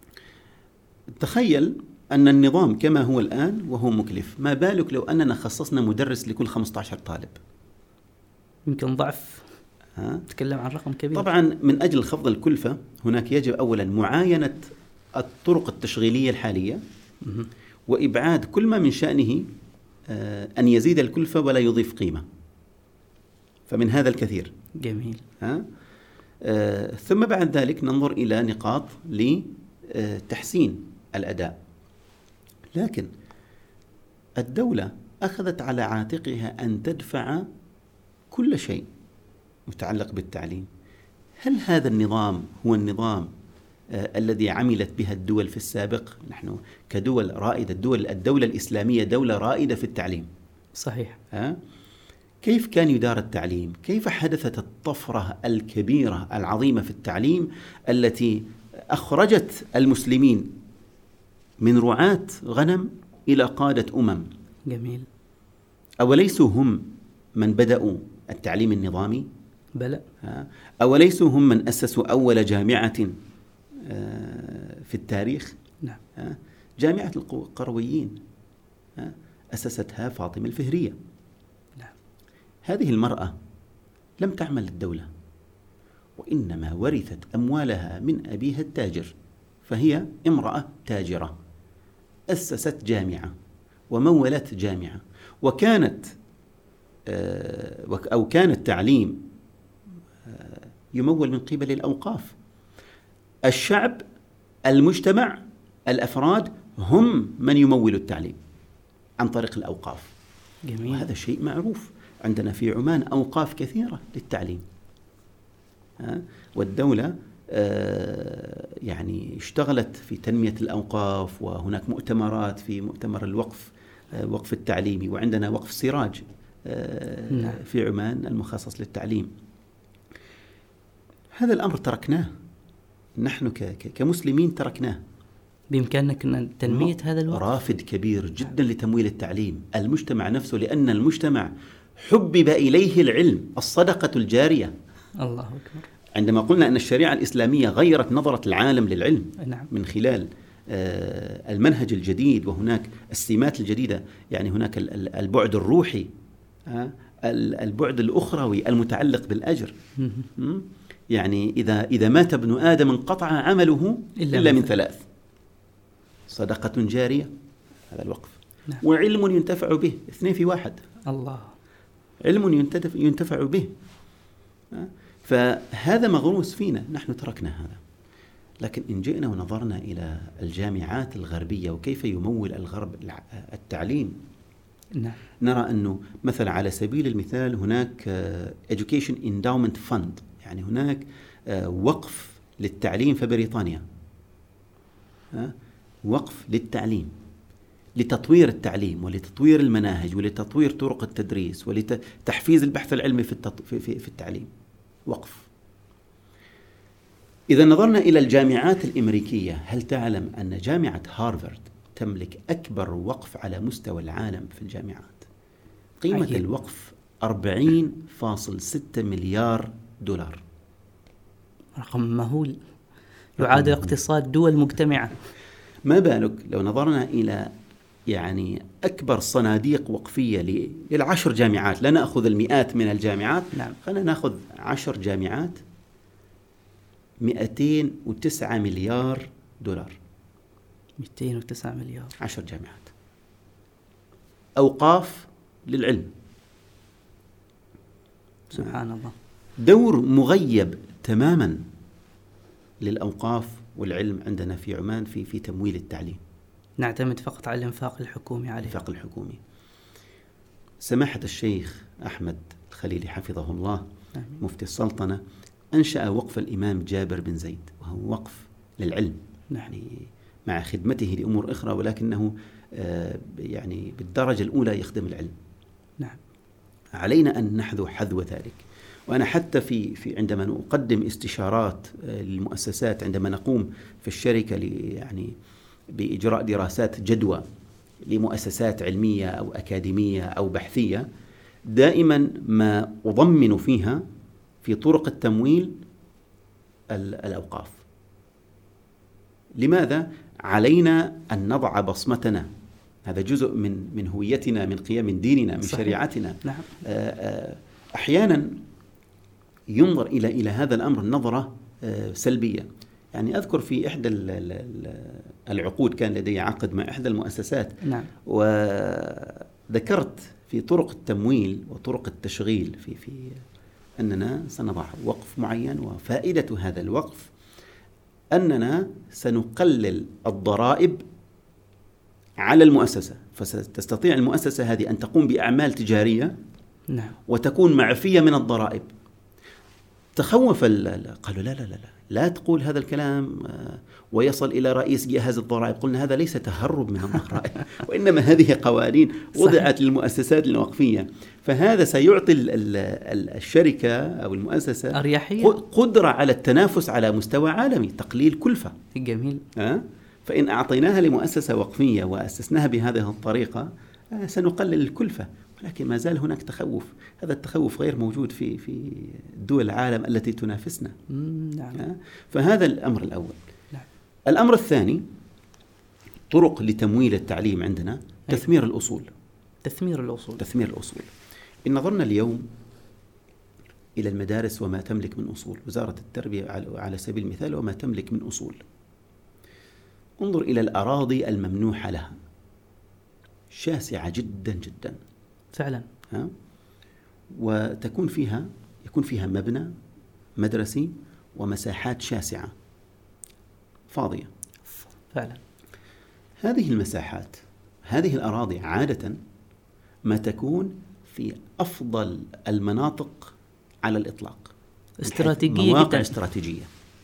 تخيل أن النظام كما هو الآن وهو مكلف، ما بالك لو أننا خصصنا مدرس لكل خمسة عشر طالب؟ يمكن ضعف. ها؟ تكلم عن رقم كبير. طبعا من أجل خفض الكلفة هناك يجب أولا معاينة الطرق التشغيلية الحالية وإبعاد كل ما من شأنه أن يزيد الكلفة ولا يضيف قيمة، فمن هذا الكثير. جميل. ها؟ آه ثم بعد ذلك ننظر إلى نقاط لتحسين الأداء. لكن الدولة أخذت على عاتقها أن تدفع كل شيء متعلق بالتعليم. هل هذا النظام هو النظام آه الذي عملت بها الدول في السابق؟ نحن كدول رائدة، الدول الدولة الإسلامية دولة رائدة في التعليم. صحيح. ها؟ كيف كان يدار التعليم؟ كيف حدثت الطفرة الكبيرة العظيمة في التعليم التي أخرجت المسلمين من رعاة غنم إلى قادة أمم؟ جميل. أوليسوا هم من بدأوا التعليم النظامي؟ بلى. أوليسوا هم من أسسوا أول جامعة في التاريخ؟ نعم. جامعة القرويين أسستها فاطمة الفهرية. هذه المرأة لم تعمل للدولة، وإنما ورثت أموالها من أبيها التاجر، فهي امرأة تاجرة أسست جامعة ومولت جامعة، وكانت أو كان التعليم يمول من قبل الأوقاف. الشعب، المجتمع، الأفراد هم من يمولوا التعليم عن طريق الأوقاف. جميل. وهذا شيء معروف. عندنا في عمان أوقاف كثيرة للتعليم، والدولة يعني اشتغلت في تنمية الأوقاف، وهناك مؤتمرات في مؤتمر الوقف وقف التعليمي، وعندنا وقف سراج في عمان المخصص للتعليم. هذا الأمر تركناه نحن كمسلمين، تركناه. بإمكاننا تنمية هذا الوقف. رافد كبير جدا لتمويل التعليم. المجتمع نفسه، لأن المجتمع حبب إليه العلم، الصدقة الجارية. الله أكبر. عندما قلنا أن الشريعة الإسلامية غيرت نظرة العالم للعلم، نعم. من خلال المنهج الجديد، وهناك السمات الجديدة، يعني هناك البعد الروحي، البعد الأخروي المتعلق بالأجر. يعني إذا إذا مات ابن آدم انقطع عمله إلا, إلا من ثلاث: صدقة جارية، هذا الوقف، نعم. وعلم ينتفع به، اثنين في واحد. الله. علم ينتفع به. فهذا مغروس فينا، نحن تركنا هذا. لكن إن جئنا ونظرنا إلى الجامعات الغربية وكيف يمول الغرب التعليم، نعم. نرى أنه مثلا على سبيل المثال هناك Education Endowment Fund، يعني هناك وقف للتعليم في بريطانيا، وقف للتعليم، لتطوير التعليم ولتطوير المناهج ولتطوير طرق التدريس ولتحفيز البحث العلمي في, التط... في, في, في التعليم. وقف. إذا نظرنا إلى الجامعات الأمريكية، هل تعلم أن جامعة هارفارد تملك أكبر وقف على مستوى العالم في الجامعات؟ قيمة عجيب. الوقف أربعين فاصلة ستة مليار دولار. رقم مهول يعادل اقتصاد دول مجتمعة. ما بالك لو نظرنا إلى يعني أكبر صناديق وقفية للعشر جامعات، لا نأخذ المئات من الجامعات، نعم. خلينا نأخذ عشر جامعات، مئتين وتسعة مليار دولار. مئتين وتسعة مليار. عشر جامعات أوقاف للعلم. سبحان الله. دور مغيب تماما للأوقاف والعلم عندنا في عمان في في تمويل التعليم. نعتمد فقط على الإنفاق الحكومي عليه. الإنفاق الحكومي. سماحة الشيخ أحمد الخليلي حفظه الله مفتي السلطنة أنشأ وقف الإمام جابر بن زيد، وهو وقف للعلم يعني مع خدمته لأمور أخرى، ولكنه يعني بالدرجة الأولى يخدم العلم. نعم. علينا أن نحذو حذو ذلك. وأنا حتى في في عندما نقدم استشارات للمؤسسات، عندما نقوم في الشركة يعني بإجراء دراسات جدوى لمؤسسات علمية أو أكاديمية أو بحثية، دائما ما أضمن فيها في طرق التمويل الأوقاف. لماذا؟ علينا أن نضع بصمتنا، هذا جزء من من هويتنا، من قيم ديننا، من صحيح. شريعتنا. نعم. أحيانا ينظر إلى إلى هذا الأمر نظرة سلبية. يعني أذكر في إحدى العقود كان لدي عقد مع إحدى المؤسسات. نعم. وذكرت في طرق التمويل وطرق التشغيل في في أننا سنضع وقف معين، وفائدة هذا الوقف أننا سنقلل الضرائب على المؤسسة، فستستطيع المؤسسة هذه أن تقوم بأعمال تجارية. نعم. وتكون معفية من الضرائب. تخوف قالوا لا لا لا لا لا تقول هذا الكلام ويصل إلى رئيس جهاز الضرائب. قلنا هذا ليس تهرب من الضرائب، وإنما هذه قوانين وضعت للمؤسسات الوقفية، فهذا سيعطي الشركة أو المؤسسة أريحية، قدرة على التنافس على مستوى عالمي، تقليل كلفة. جميل. أه؟ فإن أعطيناها لمؤسسة وقفية وأسسناها بهذه الطريقة سنقلل الكلفة، ولكن ما زال هناك تخوف. هذا التخوف غير موجود في في دول العالم التي تنافسنا. نعم. فهذا الأمر الأول. نعم. الأمر الثاني، طرق لتمويل التعليم عندنا، تثمير الأصول. تثمير الأصول. تثمير الأصول. إن نظرنا اليوم إلى المدارس وما تملك من أصول، وزارة التربية على سبيل المثال وما تملك من أصول، انظر إلى الأراضي الممنوحة لها، شاسعة جدا جدا فعلا. ها؟ وتكون فيها يكون فيها مبنى مدرسي ومساحات شاسعة فاضية فعلا. هذه المساحات، هذه الأراضي عادة ما تكون في أفضل المناطق على الإطلاق، استراتيجية مواقع جدا. استراتيجية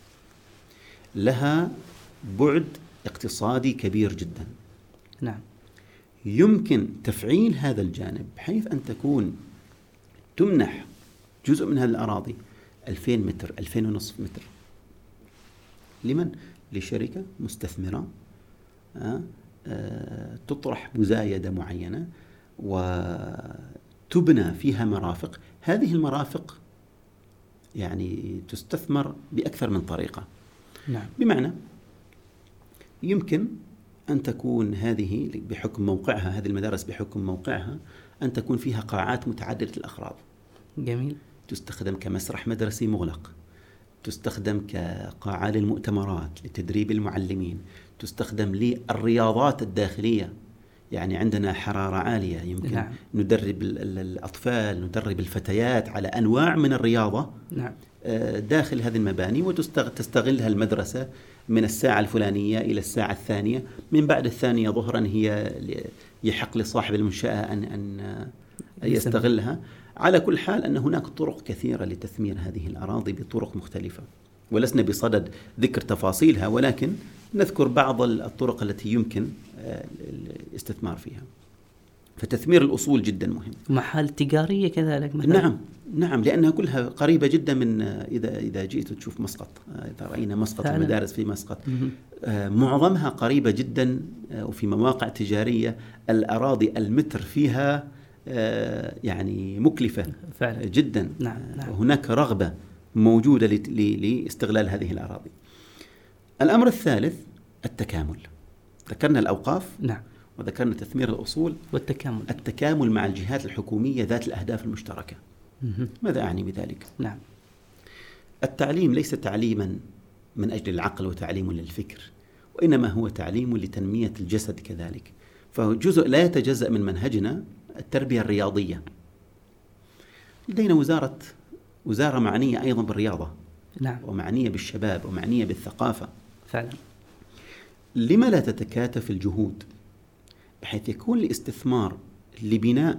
لها بعد اقتصادي كبير جدا. نعم. يمكن تفعيل هذا الجانب بحيث أن تكون تمنح جزء من هذه الأراضي ألفين متر، ألفين ونصف متر، لمن؟ لشركة مستثمرة آه آه تطرح مزايدة معينة وتبنى فيها مرافق. هذه المرافق يعني تستثمر بأكثر من طريقة. نعم. بمعنى يمكن أن تكون هذه بحكم موقعها، هذه المدارس بحكم موقعها، أن تكون فيها قاعات متعددة الأغراض. جميل. تستخدم كمسرح مدرسي مغلق، تستخدم كقاعة للمؤتمرات لتدريب المعلمين، تستخدم للرياضات الداخلية، يعني عندنا حرارة عالية يمكن نعم. ندرب الأطفال، ندرب الفتيات على أنواع من الرياضة نعم. داخل هذه المباني، وتستغلها المدرسة من الساعة الفلانية إلى الساعة الثانية. من بعد الثانية ظهرا هي يحق لصاحب المنشأة أن أن يستغلها. على كل حال أن هناك طرق كثيرة لتثمير هذه الأراضي بطرق مختلفة، ولسنا بصدد ذكر تفاصيلها، ولكن نذكر بعض الطرق التي يمكن الاستثمار فيها. فتثمير الأصول جدا مهم. محال تجارية كذلك مثلا. نعم نعم، لأنها كلها قريبة جدا من إذا إذا جئت تشوف مسقط، إذا رأينا مسقط المدارس في مسقط آه معظمها قريبة جدا آه وفي مواقع تجارية. الأراضي المتر فيها آه يعني مكلفة فعلا. جدا. نعم. نعم. وهناك رغبة موجودة لاستغلال هذه الأراضي. الأمر الثالث التكامل. ذكرنا الأوقاف. نعم. وذكرنا تثمير الأصول والتكامل التكامل مع الجهات الحكومية ذات الأهداف المشتركة. ماذا أعني بذلك؟ نعم. التعليم ليس تعليما من أجل العقل وتعليم للفكر، وإنما هو تعليم لتنمية الجسد كذلك. فهو جزء لا يتجزأ من منهجنا التربية الرياضية. لدينا وزارة وزارة معنية أيضا بالرياضة، نعم، ومعنية بالشباب ومعنية بالثقافة. فعلا. لما لا تتكاتف الجهود بحيث يكون الاستثمار لبناء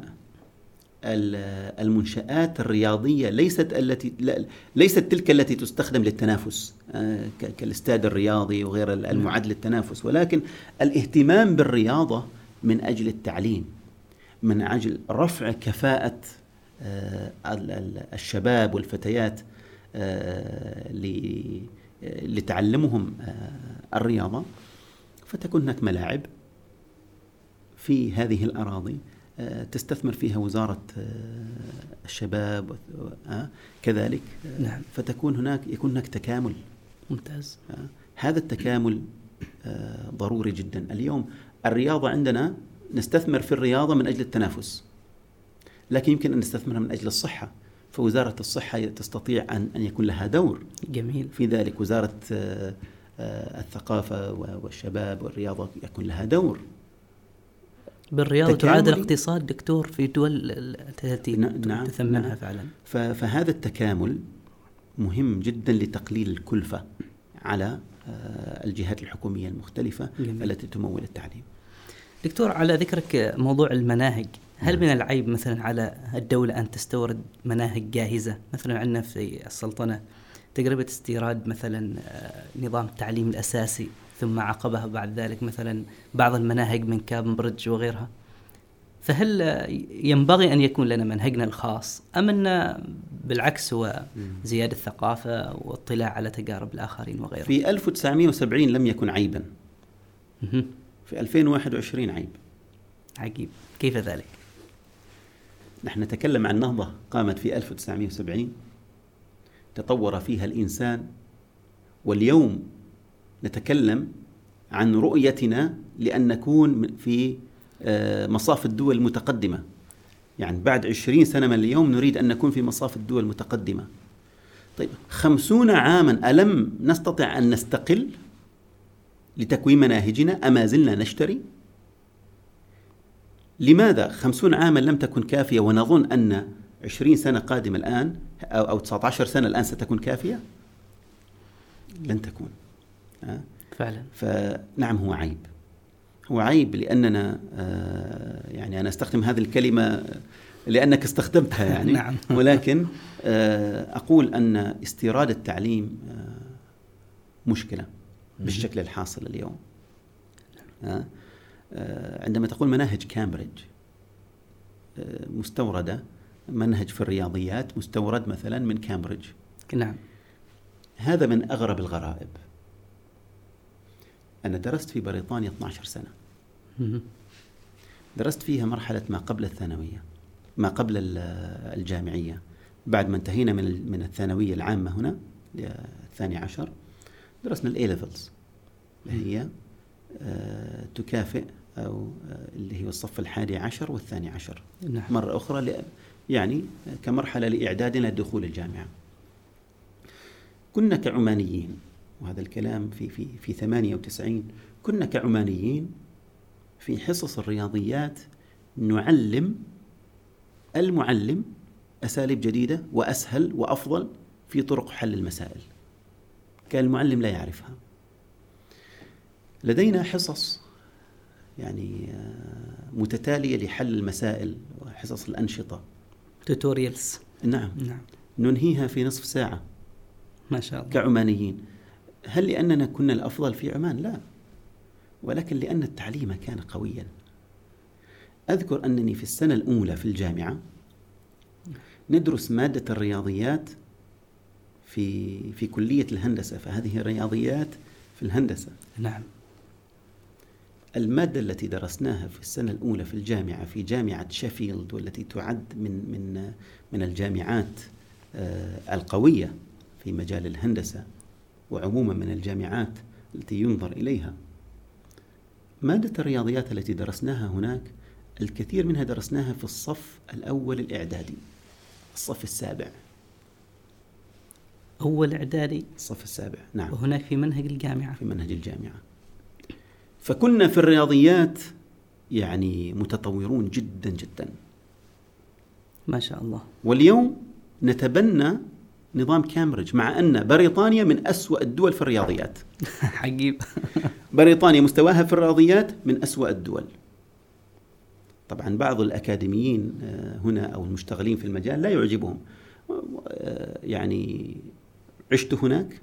المنشآت الرياضية ليست التي ليست تلك التي تستخدم للتنافس كالاستاد الرياضي وغير المعد للتنافس، ولكن الاهتمام بالرياضة من أجل التعليم، من أجل رفع كفاءة الشباب والفتيات لتعلمهم الرياضة، فتكون هناك ملاعب في هذه الأراضي تستثمر فيها وزارة الشباب كذلك. نعم. فتكون هناك يكون هناك تكامل. ممتاز. هذا التكامل ضروري جدا. اليوم الرياضة عندنا نستثمر في الرياضة من أجل التنافس، لكن يمكن أن نستثمرها من أجل الصحة، فوزارة الصحة تستطيع أن أن يكون لها دور جميل في ذلك. وزارة الثقافة والشباب والرياضة يكون لها دور. بالرياضة تعاد الاقتصاد دكتور في دول التي نعم تثمنها. نعم. فعلا. فهذا التكامل مهم جدا لتقليل الكلفة على الجهات الحكومية المختلفة جميل. التي تمول التعليم. دكتور، على ذكرك موضوع المناهج، هل من العيب مثلا على الدولة أن تستورد مناهج جاهزة؟ مثلا عندنا في السلطنة تجربة استيراد مثلا نظام التعليم الأساسي، ثم عقبها بعد ذلك مثلا بعض المناهج من كامبريدج وغيرها. فهل ينبغي أن يكون لنا منهجنا الخاص، أم أن بالعكس هو زيادة الثقافة واطلاع على تجارب الآخرين وغيرها؟ في ألف وتسعمائة وسبعين لم يكن عيبا، في ألفين وواحد وعشرين عيب. عجيب، كيف ذلك؟ نحن نتكلم عن نهضة قامت في ألف وتسعمائة وسبعين تطور فيها الإنسان، واليوم نتكلم عن رؤيتنا لأن نكون في مصاف الدول المتقدمة. يعني بعد عشرين سنة من اليوم نريد أن نكون في مصاف الدول المتقدمة. طيب خمسون عاما ألم نستطع أن نستقل لتكوين مناهجنا؟ أما زلنا نشتري؟ لماذا خمسون عاما لم تكن كافية ونظن أن عشرين سنة قادمة الآن أو تسعة عشر سنة الآن ستكون كافية؟ لن تكون. فعلا. فنعم هو عيب، هو عيب لأننا يعني أنا أستخدم هذه الكلمة لأنك استخدمتها يعني. نعم. ولكن أقول أن استيراد التعليم مشكلة بالشكل الحاصل اليوم. عندما تقول مناهج كامبريدج مستوردة، منهج في الرياضيات مستورد مثلا من كامبريدج. نعم. هذا من أغرب الغرائب. أنا درست في بريطانيا اثنتي عشرة سنة، درست فيها مرحلة ما قبل الثانوية، ما قبل الجامعية. بعد ما انتهينا من من الثانوية العامة هنا الثاني عشر، درسنا الأي ليفلز اللي هي آه تكافئ أو آه اللي هي الصف الحادي عشر والثاني عشر. نعم. مرة أخرى يعني كمرحلة لإعدادنا لدخول الجامعة. كنا كعمانيين، وهذا الكلام في في في ثمانية وتسعين، كنا كعمانيين في حصص الرياضيات نعلم المعلم أساليب جديدة وأسهل وأفضل في طرق حل المسائل كان المعلم لا يعرفها. لدينا حصص يعني متتالية لحل المسائل وحصص الأنشطة توتوريالز. نعم. نعم. ننهيها في نصف ساعة ما شاء الله كعمانيين. هل لأننا كنا الأفضل في عمان؟ لا، ولكن لأن التعليم كان قويا. أذكر أنني في السنة الأولى في الجامعة ندرس مادة الرياضيات في في كلية الهندسة، فهذه الرياضيات في الهندسة. نعم. المادة التي درسناها في السنة الأولى في الجامعة في جامعة شيفيلد، والتي تعد من من من الجامعات القوية في مجال الهندسة، وعموما من الجامعات التي ينظر إليها، مادة الرياضيات التي درسناها هناك الكثير منها درسناها في الصف الأول الإعدادي، الصف السابع. أول إعدادي، الصف السابع، نعم. وهناك في منهج الجامعة. في منهج الجامعة. فكنا في الرياضيات يعني متطورون جدا جدا ما شاء الله. واليوم نتبنى نظام كامبريدج، مع أن بريطانيا من أسوأ الدول في الرياضيات. عجيب. بريطانيا مستواها في الرياضيات من أسوأ الدول. طبعا بعض الأكاديميين هنا أو المشتغلين في المجال لا يعجبهم، يعني عشت هناك،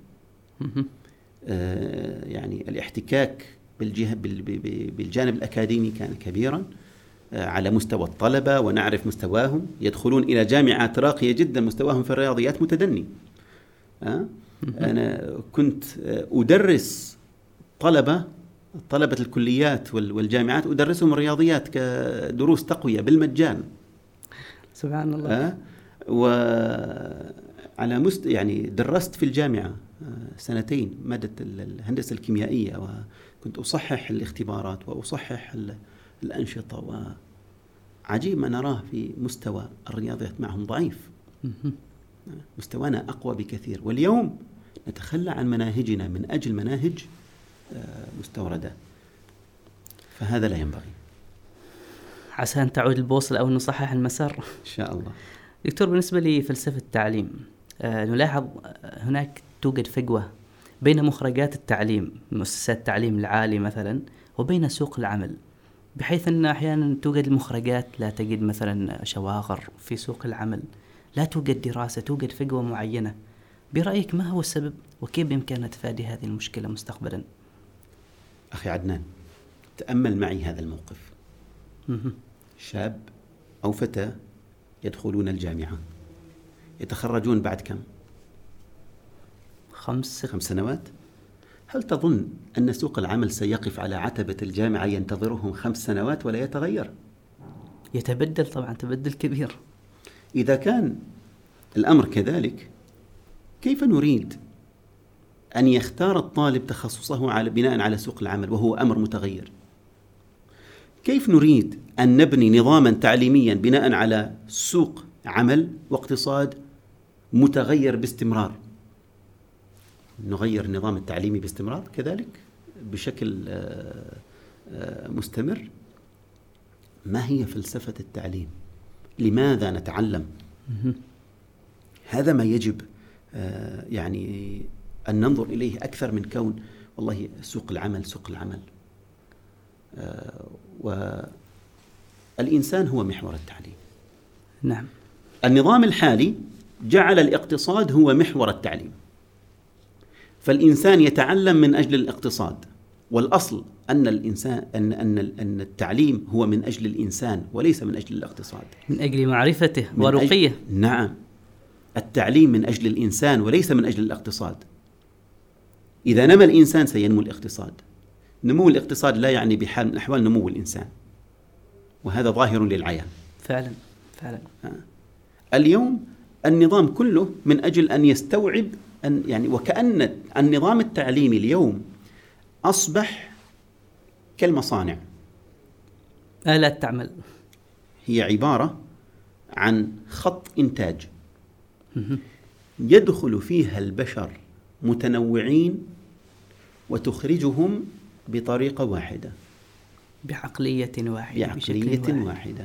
يعني الاحتكاك بالجهة بالجانب الأكاديمي كان كبيرا على مستوى الطلبة، ونعرف مستواهم، يدخلون إلى جامعات راقية جدا مستواهم في الرياضيات متدني. أنا كنت أدرس طلبة طلبة الكليات والجامعات، أدرسهم الرياضيات كدروس تقوية بالمجان. سبحان الله. وعلى مست يعني درست في الجامعة سنتين مادة الهندسة الكيميائية، وكنت أصحح الاختبارات وأصحح الأنشطة، وعجيب ما نراه في مستوى الرياضيات معهم ضعيف. مستوانا أقوى بكثير، واليوم نتخلى عن مناهجنا من أجل مناهج مستوردة، فهذا لا ينبغي. عسى أن تعود البوصلة أو نصحح المسار إن شاء الله. دكتور، بالنسبة لفلسفة التعليم، آه نلاحظ هناك توجد فجوة بين مخرجات التعليم، مؤسسات التعليم العالي مثلا، وبين سوق العمل، بحيث أن أحيانا توجد المخرجات لا تجد مثلا شواغر في سوق العمل، لا توجد دراسة، توجد فجوة معينة. برأيك ما هو السبب، وكيف بإمكاننا تفادي هذه المشكلة مستقبلا؟ أخي عدنان، تأمل معي هذا الموقف. شاب أو فتاة يدخلون الجامعة، يتخرجون بعد كم؟ خمس خمس سنوات. هل تظن أن سوق العمل سيقف على عتبة الجامعة ينتظرهم خمس سنوات ولا يتغير؟ يتبدل طبعا، تبدل كبير. إذا كان الأمر كذلك، كيف نريد أن يختار الطالب تخصصه على بناء على سوق العمل وهو أمر متغير؟ كيف نريد أن نبني نظاما تعليميا بناء على سوق عمل واقتصاد متغير باستمرار؟ نغير النظام التعليمي باستمرار كذلك بشكل مستمر؟ ما هي فلسفة التعليم؟ لماذا نتعلم؟ هذا ما يجب يعني أن ننظر إليه أكثر من كون والله سوق العمل سوق العمل. والإنسان هو محور التعليم. نعم. النظام الحالي جعل الاقتصاد هو محور التعليم، فالإنسان يتعلم من أجل الاقتصاد، والأصل أن الإنسان أن أن أن التعليم هو من أجل الإنسان وليس من أجل الاقتصاد، من أجل معرفته ورقيه. أجل... نعم، التعليم من أجل الإنسان وليس من أجل الاقتصاد. إذا نمى الإنسان سينمو الاقتصاد. نمو الاقتصاد لا يعني بحال من الأحوال نمو الإنسان، وهذا ظاهر للعيان. فعلا فعلا. اليوم النظام كله من أجل أن يستوعب أن يعني وكأن النظام التعليمي اليوم أصبح كالمصانع، آلات تعمل. هي عبارة عن خط إنتاج يدخل فيها البشر متنوعين وتخرجهم بطريقة واحدة، بعقلية واحدة، بعقلية واحدة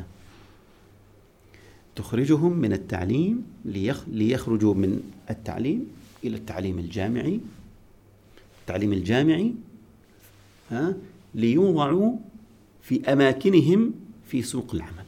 تخرجهم من التعليم ليخرجوا من التعليم إلى التعليم الجامعي، التعليم الجامعي ها ليوضعوا في أماكنهم في سوق العمل.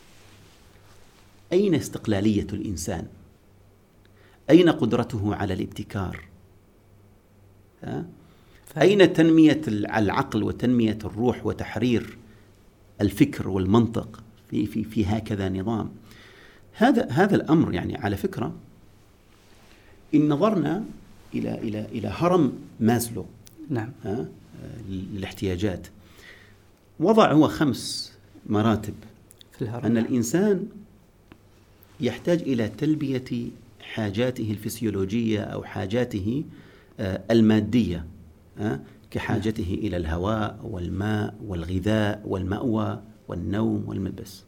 أين استقلالية الإنسان؟ أين قدرته على الابتكار؟ ها؟ أين تنمية العقل وتنمية الروح وتحرير الفكر والمنطق في في في هكذا نظام؟ هذا هذا الأمر يعني على فكرة، إن نظرنا إلى إلى إلى هرم مازلو، نعم، ها للاحتياجات، وضع هو خمس مراتب في الهرم. أن الإنسان يحتاج إلى تلبية حاجاته الفسيولوجية أو حاجاته المادية كحاجته إلى الهواء والماء والغذاء والمأوى والنوم والملبس.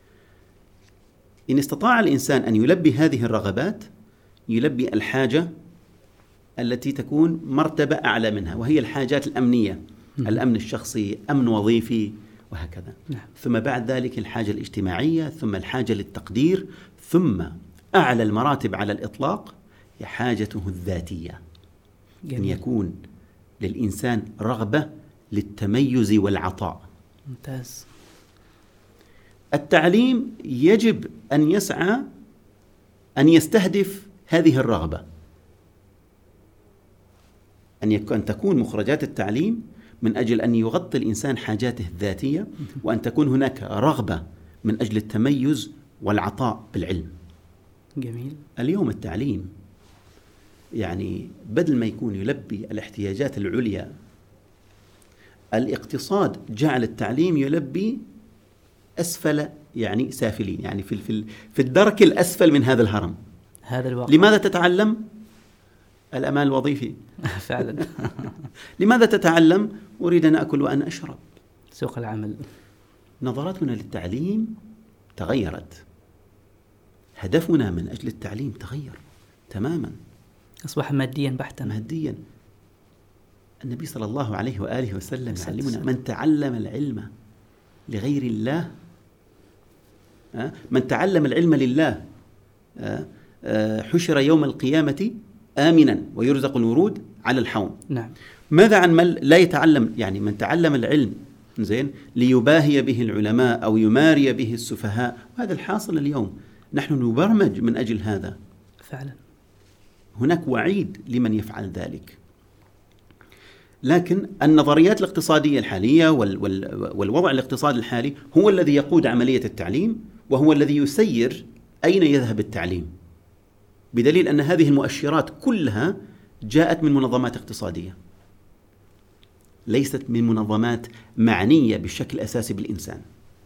إن استطاع الإنسان أن يلبي هذه الرغبات يلبي الحاجة التي تكون مرتبة أعلى منها، وهي الحاجات الأمنية، الأمن الشخصي، أمن وظيفي، وهكذا. نعم. ثم بعد ذلك الحاجة الاجتماعية، ثم الحاجة للتقدير، ثم أعلى المراتب على الإطلاق هي حاجته الذاتية. جميل. أن يكون للإنسان رغبة للتميز والعطاء. ممتاز. التعليم يجب أن يسعى أن يستهدف هذه الرغبة، أن يكون تكون مخرجات التعليم من أجل أن يغطي الإنسان حاجاته الذاتية، وأن تكون هناك رغبة من أجل التميز والعطاء بالعلم. جميل. اليوم التعليم يعني بدل ما يكون يلبي الاحتياجات العليا، الاقتصاد جعل التعليم يلبي أسفل يعني سافلين، يعني في في في الدرك الأسفل من هذا الهرم. هذا الواقع. لماذا تتعلم؟ الأمان الوظيفي. فعلا. لماذا تتعلم؟ أريد أن أكل وأن أشرب. سوق العمل. نظرتنا للتعليم تغيرت، هدفنا من أجل التعليم تغير تماما، أصبح ماديا بحتا. ماديا. النبي صلى الله عليه وآله وسلم يعلمنا من تعلم العلم لغير الله، من تعلم العلم لله حشر يوم القيامة آمنا ويرزق الورود على الحوض. نعم. ماذا عن من لا يتعلم؟ يعني من تعلم العلم زين ليباهي به العلماء أو يماري به السفهاء، وهذا الحاصل اليوم. نحن نبرمج من أجل هذا. فعلا. هناك وعيد لمن يفعل ذلك. لكن النظريات الاقتصادية الحالية والوضع الاقتصادي الحالي هو الذي يقود عملية التعليم، وهو الذي يسير أين يذهب التعليم، بدليل أن هذه المؤشرات كلها جاءت من منظمات اقتصادية، ليست من منظمات معنية بشكل أساسي بالإنسان.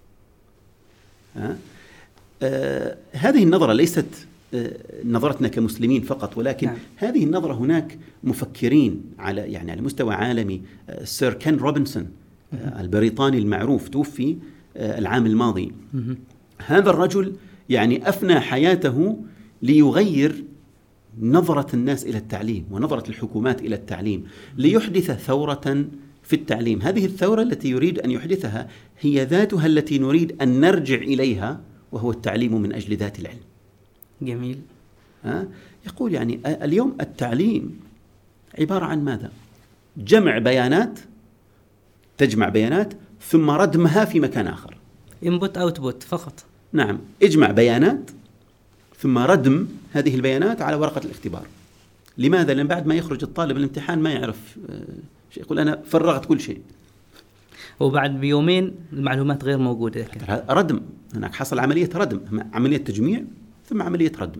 ها؟ آه هذه النظرة ليست آه نظرتنا كمسلمين فقط، ولكن نعم. هذه النظرة هناك مفكرين على يعني على مستوى عالمي. آه سير كين روبنسون آه البريطاني المعروف توفي آه العام الماضي. هذا الرجل يعني أفنى حياته ليغير نظرة الناس إلى التعليم ونظرة الحكومات إلى التعليم، ليحدث ثورة في التعليم. هذه الثورة التي يريد أن يحدثها هي ذاتها التي نريد أن نرجع إليها، وهو التعليم من أجل ذات العلم. جميل. أه؟ يقول يعني اليوم التعليم عبارة عن ماذا؟ جمع بيانات، تجمع بيانات ثم ردمها في مكان آخر. input output فقط. نعم، اجمع بيانات ثم ردم هذه البيانات على ورقة الاختبار. لماذا؟ لأن بعد ما يخرج الطالب الامتحان ما يعرف شيء، يقول أنا فرغت كل شيء، وبعد بيومين المعلومات غير موجودة. ردم، هناك حصل عملية ردم، عملية تجميع ثم عملية ردم.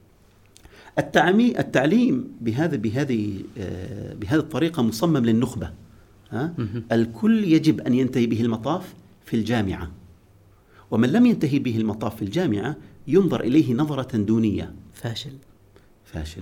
التعمي التعليم بهذا بهذه بهذه الطريقة مصمم للنخبة. ها؟ الكل يجب أن ينتهي به المطاف في الجامعة، ومن لم ينتهي به المطاف في الجامعة ينظر إليه نظرة دونية. فاشل فاشل.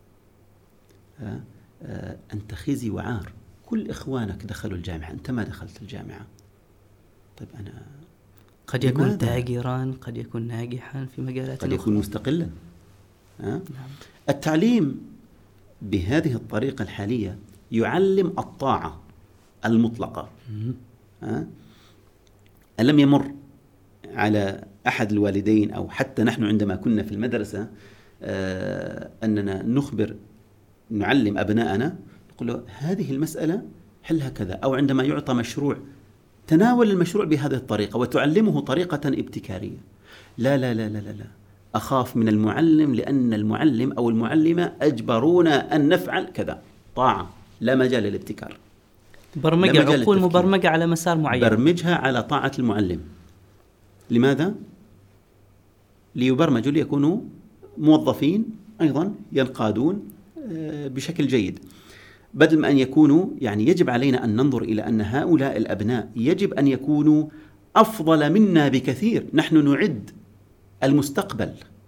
ها؟ أنت خزي وعار، كل إخوانك دخلوا الجامعة، أنت ما دخلت الجامعة. طيب أنا قد يكون لماذا؟ تاجرا، قد يكون ناجحا في مجالات، قد يكون مستقلا. نعم. التعليم بهذه الطريقة الحالية يعلم الطاعة المطلقة. ها؟ ألم يمر على أحد الوالدين أو حتى نحن عندما كنا في المدرسة آه أننا نخبر نعلم أبناءنا، نقول له هذه المسألة حلها كذا، أو عندما يعطى مشروع تناول المشروع بهذه الطريقة وتعلمه طريقة ابتكارية. لا لا لا لا لا أخاف من المعلم، لأن المعلم أو المعلمة أجبرونا أن نفعل كذا. طاعة، لا مجال للابتكار. برمجة عقول مبرمجة على مسار معين، برمجها على طاعة المعلم. لماذا؟ ليبرمجوا ليكونوا موظفين أيضا ينقادون بشكل جيد، بدل ما أن يكونوا يعني يجب علينا أن ننظر إلى أن هؤلاء الأبناء يجب أن يكونوا أفضل منا بكثير. نحن نعد المستقبل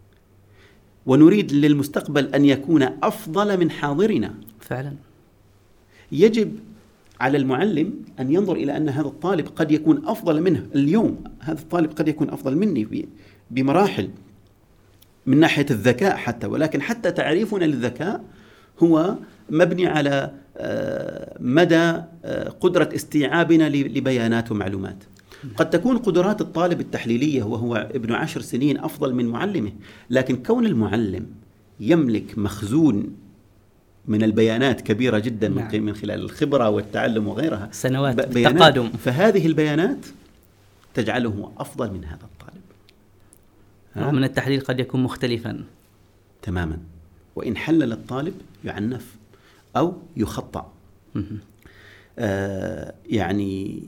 ونريد للمستقبل أن يكون أفضل من حاضرنا. فعلا. يجب على المعلم أن ينظر إلى أن هذا الطالب قد يكون أفضل منه اليوم، هذا الطالب قد يكون أفضل مني بمراحل من ناحية الذكاء حتى، ولكن حتى تعريفنا للذكاء هو مبني على مدى قدرة استيعابنا لبيانات ومعلومات. قد تكون قدرات الطالب التحليلية وهو ابن عشر سنين أفضل من معلمه، لكن كون المعلم يملك مخزون من البيانات كبيرة جدا نعم. من خلال الخبرة والتعلم وغيرها، سنوات التقادم، فهذه البيانات تجعله أفضل من هذا الطالب. من التحليل قد يكون مختلفا تماما، وإن حلل الطالب يعنف أو يخطأ. آه يعني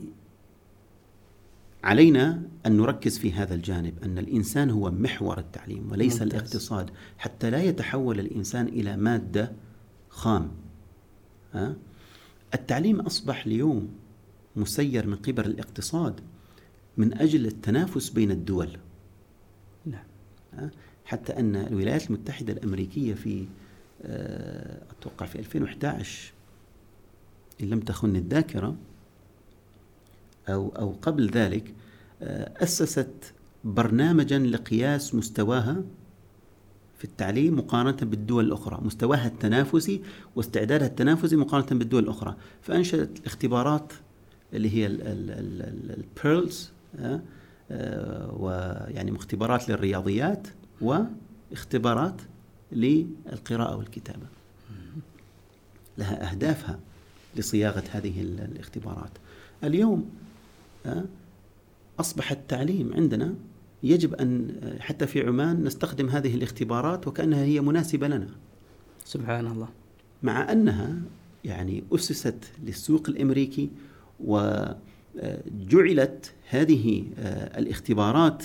علينا أن نركز في هذا الجانب، أن الإنسان هو محور التعليم وليس ممتاز. الاقتصاد، حتى لا يتحول الإنسان إلى مادة خام. ها؟ التعليم أصبح اليوم مسير من قبل الاقتصاد من أجل التنافس بين الدول. نعم. ها؟ حتى أن الولايات المتحدة الأمريكية في أتوقع في ألفين وإحدى عشر إن لم تخن الذاكرة أو أو قبل ذلك أسست برنامجا لقياس مستواها في التعليم مقارنة بالدول الأخرى، مستواها التنافسي واستعدادها التنافسي مقارنة بالدول الأخرى. فأنشأت اختبارات اللي هي البيرلز، ويعني مختبرات للرياضيات واختبارات للقراءة والكتابة، لها أهدافها لصياغة هذه الاختبارات. اليوم أصبح التعليم عندنا يجب أن حتى في عمان نستخدم هذه الاختبارات وكأنها هي مناسبة لنا. سبحان الله. مع أنها يعني أسست للسوق الأمريكي، وجعلت هذه الاختبارات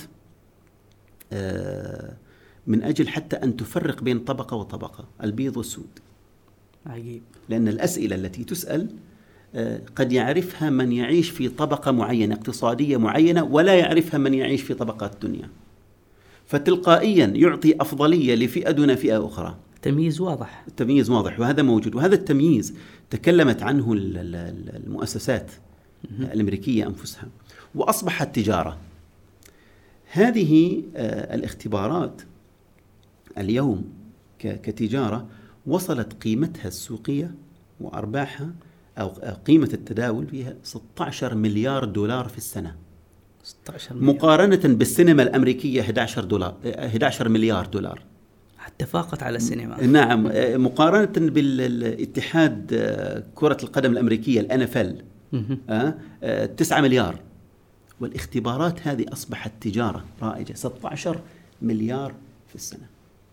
من أجل حتى أن تفرق بين طبقة وطبقة، البيض والسود. عجيب. لأن الأسئلة التي تسأل قد يعرفها من يعيش في طبقة معينة اقتصادية معينة ولا يعرفها من يعيش في طبقات الدنيا، فتلقائيا يعطي أفضلية لفئة دون فئة أخرى. تمييز واضح. التمييز واضح، وهذا موجود، وهذا التمييز تكلمت عنه المؤسسات الأمريكية أنفسها، وأصبحت تجارة. هذه الاختبارات اليوم كتجارة وصلت قيمتها السوقية وأرباحها أو قيمة التداول فيها ستة عشر مليار دولار في السنة، ستة عشر مليار. مقارنة بالسينما الأمريكية أحد عشر دولار أحد عشر مليار دولار، حتى فاقت على السينما. نعم، مقارنة بالاتحاد كرة القدم الأمريكية ال إن إف إل تسعة مليار. والاختبارات هذه أصبحت تجارة رائجة، ستة عشر مليار في السنة،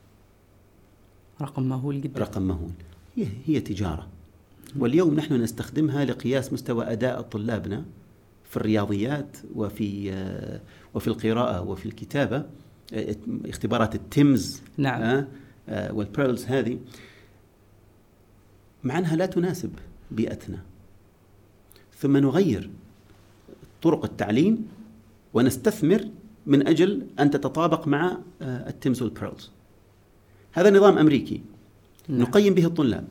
رقم مهول جدا. رقم مهول. هي, هي تجارة، واليوم نحن نستخدمها لقياس مستوى أداء طلابنا في الرياضيات وفي وفي القراءة وفي الكتابة. اختبارات التيمز نعم. والبيرلز هذه مع أنها لا تناسب بيئتنا، ثم نغير طرق التعليم ونستثمر من أجل أن تتطابق مع التيمز والبيرلز. هذا نظام أمريكي. نعم. نقيم به الطلاب،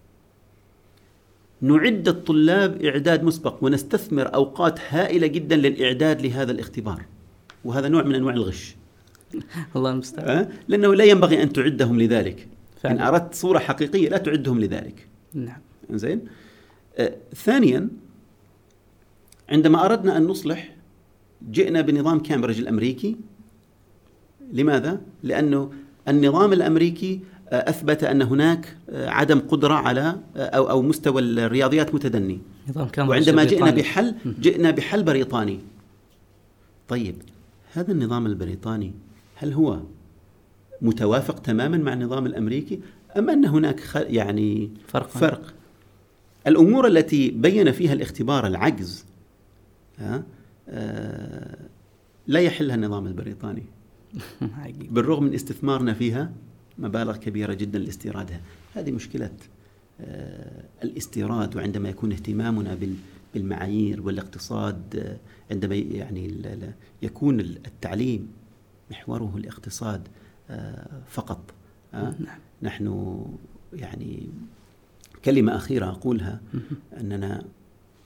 نعد الطلاب إعداد مسبق، ونستثمر أوقات هائلة جدا للإعداد لهذا الاختبار، وهذا نوع من أنواع الغش. الله المستعان. أه؟ لأنه لا ينبغي أن تعدهم لذلك. فعلا. إن أردت صورة حقيقية لا تعدهم لذلك. نعم. زين. أه ثانيا، عندما أردنا أن نصلح جئنا بنظام كامبريدج الأمريكي. لماذا؟ لأنه النظام الأمريكي أثبت أن هناك عدم قدرة على أو أو مستوى الرياضيات متدني. وعندما جئنا بحل جئنا بحل بريطاني. طيب، هذا النظام البريطاني هل هو متوافق تماما مع النظام الأمريكي أم أن هناك يعني فرق؟ فرق. الأمور التي بين فيها الاختبار العجز ها آه لا يحلها النظام البريطاني بالرغم من استثمارنا فيها مبالغ كبيرة جدا لاستيرادها. هذه مشكلة آه الاستيراد. وعندما يكون اهتمامنا بالمعايير والاقتصاد، آه عندما يعني يكون التعليم محوره الاقتصاد آه فقط. آه نحن يعني كلمة أخيرة أقولها، أننا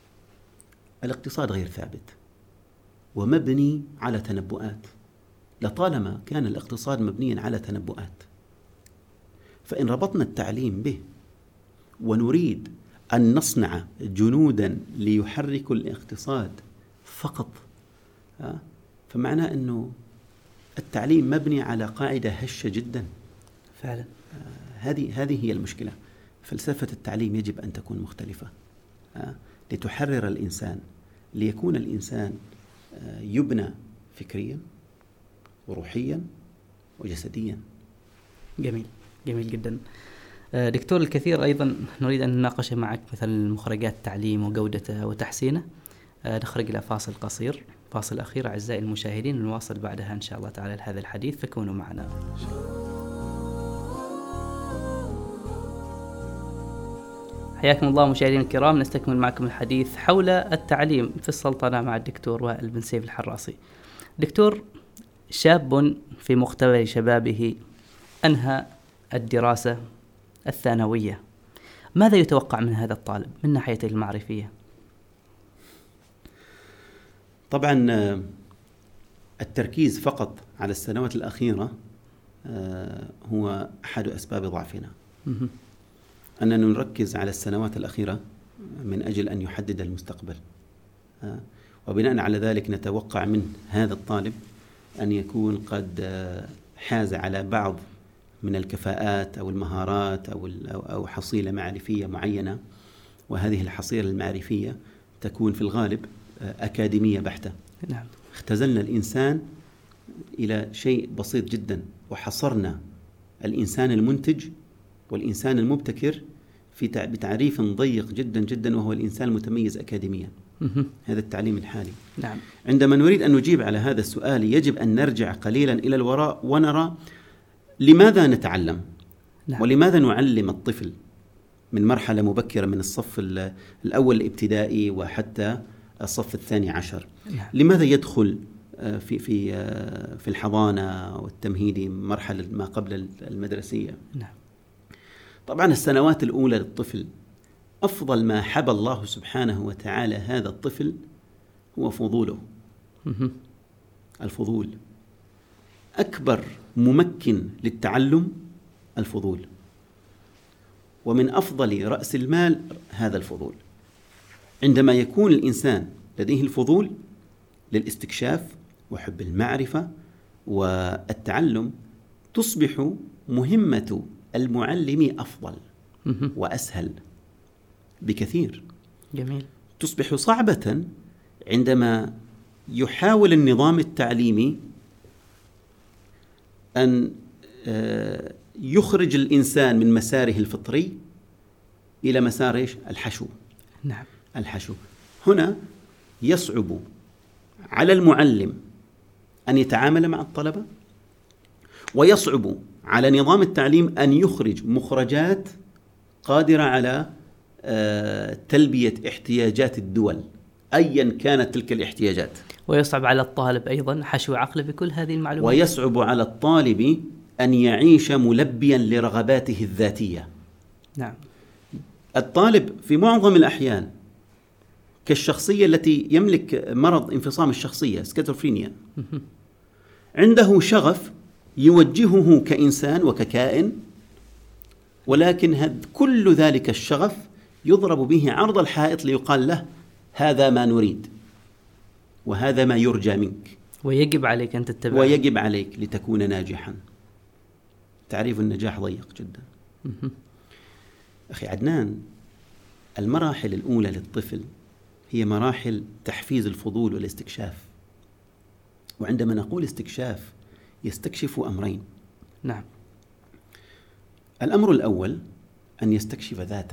الاقتصاد غير ثابت ومبني على تنبؤات، لطالما كان الاقتصاد مبنيا على تنبؤات. فإن ربطنا التعليم به ونريد أن نصنع جنودا ليحركوا الاقتصاد فقط، فمعناه أنه التعليم مبني على قاعدة هشة جدا فعلا. هذه هذه هي المشكلة. فلسفة التعليم يجب أن تكون مختلفة لتحرر الإنسان، ليكون الإنسان يبنى فكريا وروحيا وجسديا. جميل جميل جدا دكتور. الكثير أيضا نريد أن نناقش معك مثل مخرجات التعليم وجودته وتحسينه. نخرج إلى فاصل قصير، فاصل أخير أعزائي المشاهدين، ونواصل بعدها إن شاء الله تعالى هذا الحديث، فكونوا معنا. حياكم الله مشاهدينا الكرام، نستكمل معكم الحديث حول التعليم في السلطنة مع الدكتور وائل بن سيف الحراسي. دكتور، شاب في مقتبل شبابه أنهى الدراسة الثانوية، ماذا يتوقع من هذا الطالب من ناحيته المعرفية؟ طبعا التركيز فقط على السنوات الأخيرة هو أحد أسباب ضعفنا، أننا نركز على السنوات الأخيرة من أجل أن يحدد المستقبل، وبناء على ذلك نتوقع من هذا الطالب أن يكون قد حاز على بعض من الكفاءات أو المهارات أو أو حصيلة معرفية معينة، وهذه الحصيلة المعرفية تكون في الغالب أكاديمية بحتة. نعم. اختزلنا الإنسان إلى شيء بسيط جدا، وحصرنا الإنسان المنتج والإنسان المبتكر في بتعريف ضيق جدا جدا، وهو الإنسان المتميز أكاديميا. هذا التعليم الحالي. نعم. عندما نريد أن نجيب على هذا السؤال يجب أن نرجع قليلا إلى الوراء ونرى لماذا نتعلم. نعم. ولماذا نعلم الطفل من مرحلة مبكرة من الصف الأول الابتدائي وحتى الصف الثاني عشر. نعم. لماذا يدخل في في في الحضانة والتمهيدي مرحلة ما قبل المدرسية؟ نعم. طبعا السنوات الأولى للطفل أفضل ما حبى الله سبحانه وتعالى هذا الطفل هو فضوله. الفضول أكبر ممكن للتعلم، الفضول، ومن أفضل رأس المال هذا الفضول. عندما يكون الإنسان لديه الفضول للاستكشاف وحب المعرفة والتعلم، تصبح مهمة المعلم أفضل وأسهل بكثير. جميل. تصبح صعبة عندما يحاول النظام التعليمي أن يخرج الإنسان من مساره الفطري إلى مسار الحشو. نعم. الحشو هنا يصعب على المعلم أن يتعامل مع الطلبة، ويصعب على نظام التعليم أن يخرج مخرجات قادرة على تلبية احتياجات الدول أيا كانت تلك الاحتياجات. ويصعب على الطالب أيضا حشو عقله بكل هذه المعلومات. ويصعب على الطالب أن يعيش ملبيا لرغباته الذاتية. نعم. الطالب في معظم الأحيان كالشخصية التي يملك مرض انفصام الشخصية سكيزوفرينيا، عنده شغف يوجهه كإنسان وككائن، ولكن هذ كل ذلك الشغف يضرب به عرض الحائط ليقال له هذا ما نريد وهذا ما يرجى منك، ويجب عليك أن تتبع، ويجب عليك لتكون ناجحا. تعريف النجاح ضيق جدا. أخي عدنان، المراحل الأولى للطفل هي مراحل تحفيز الفضول والاستكشاف. وعندما نقول استكشاف يستكشف أمرين. نعم. الأمر الأول أن يستكشف ذاته،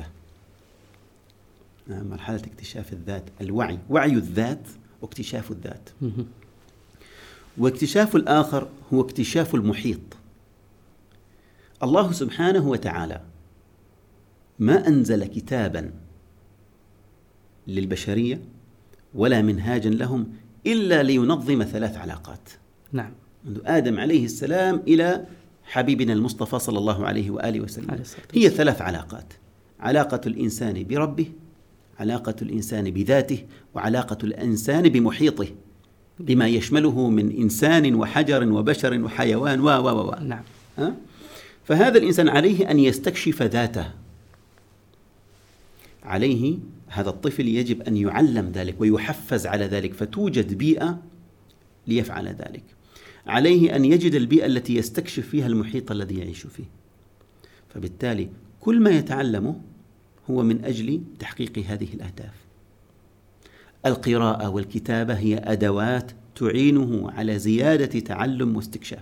مرحلة اكتشاف الذات، الوعي، وعي الذات واكتشاف الذات. واكتشاف الآخر هو اكتشاف المحيط. الله سبحانه وتعالى ما أنزل كتابا للبشرية ولا منهاجا لهم إلا لينظم ثلاث علاقات. نعم. منذ آدم عليه السلام إلى حبيبنا المصطفى صلى الله عليه وآله وسلم، هي ثلاث علاقات: علاقة الإنسان بربه، علاقة الإنسان بذاته وعلاقة الإنسان بمحيطه بما يشمله من إنسان وحجر وبشر وحيوان و و و نعم. فهذا الإنسان عليه أن يستكشف ذاته، عليه هذا الطفل يجب أن يعلم ذلك ويحفز على ذلك، فتوجد بيئة ليفعل ذلك. عليه أن يجد البيئة التي يستكشف فيها المحيط الذي يعيش فيه. فبالتالي كل ما يتعلمه هو من أجل تحقيق هذه الأهداف. القراءة والكتابة هي أدوات تعينه على زيادة تعلم واستكشاف،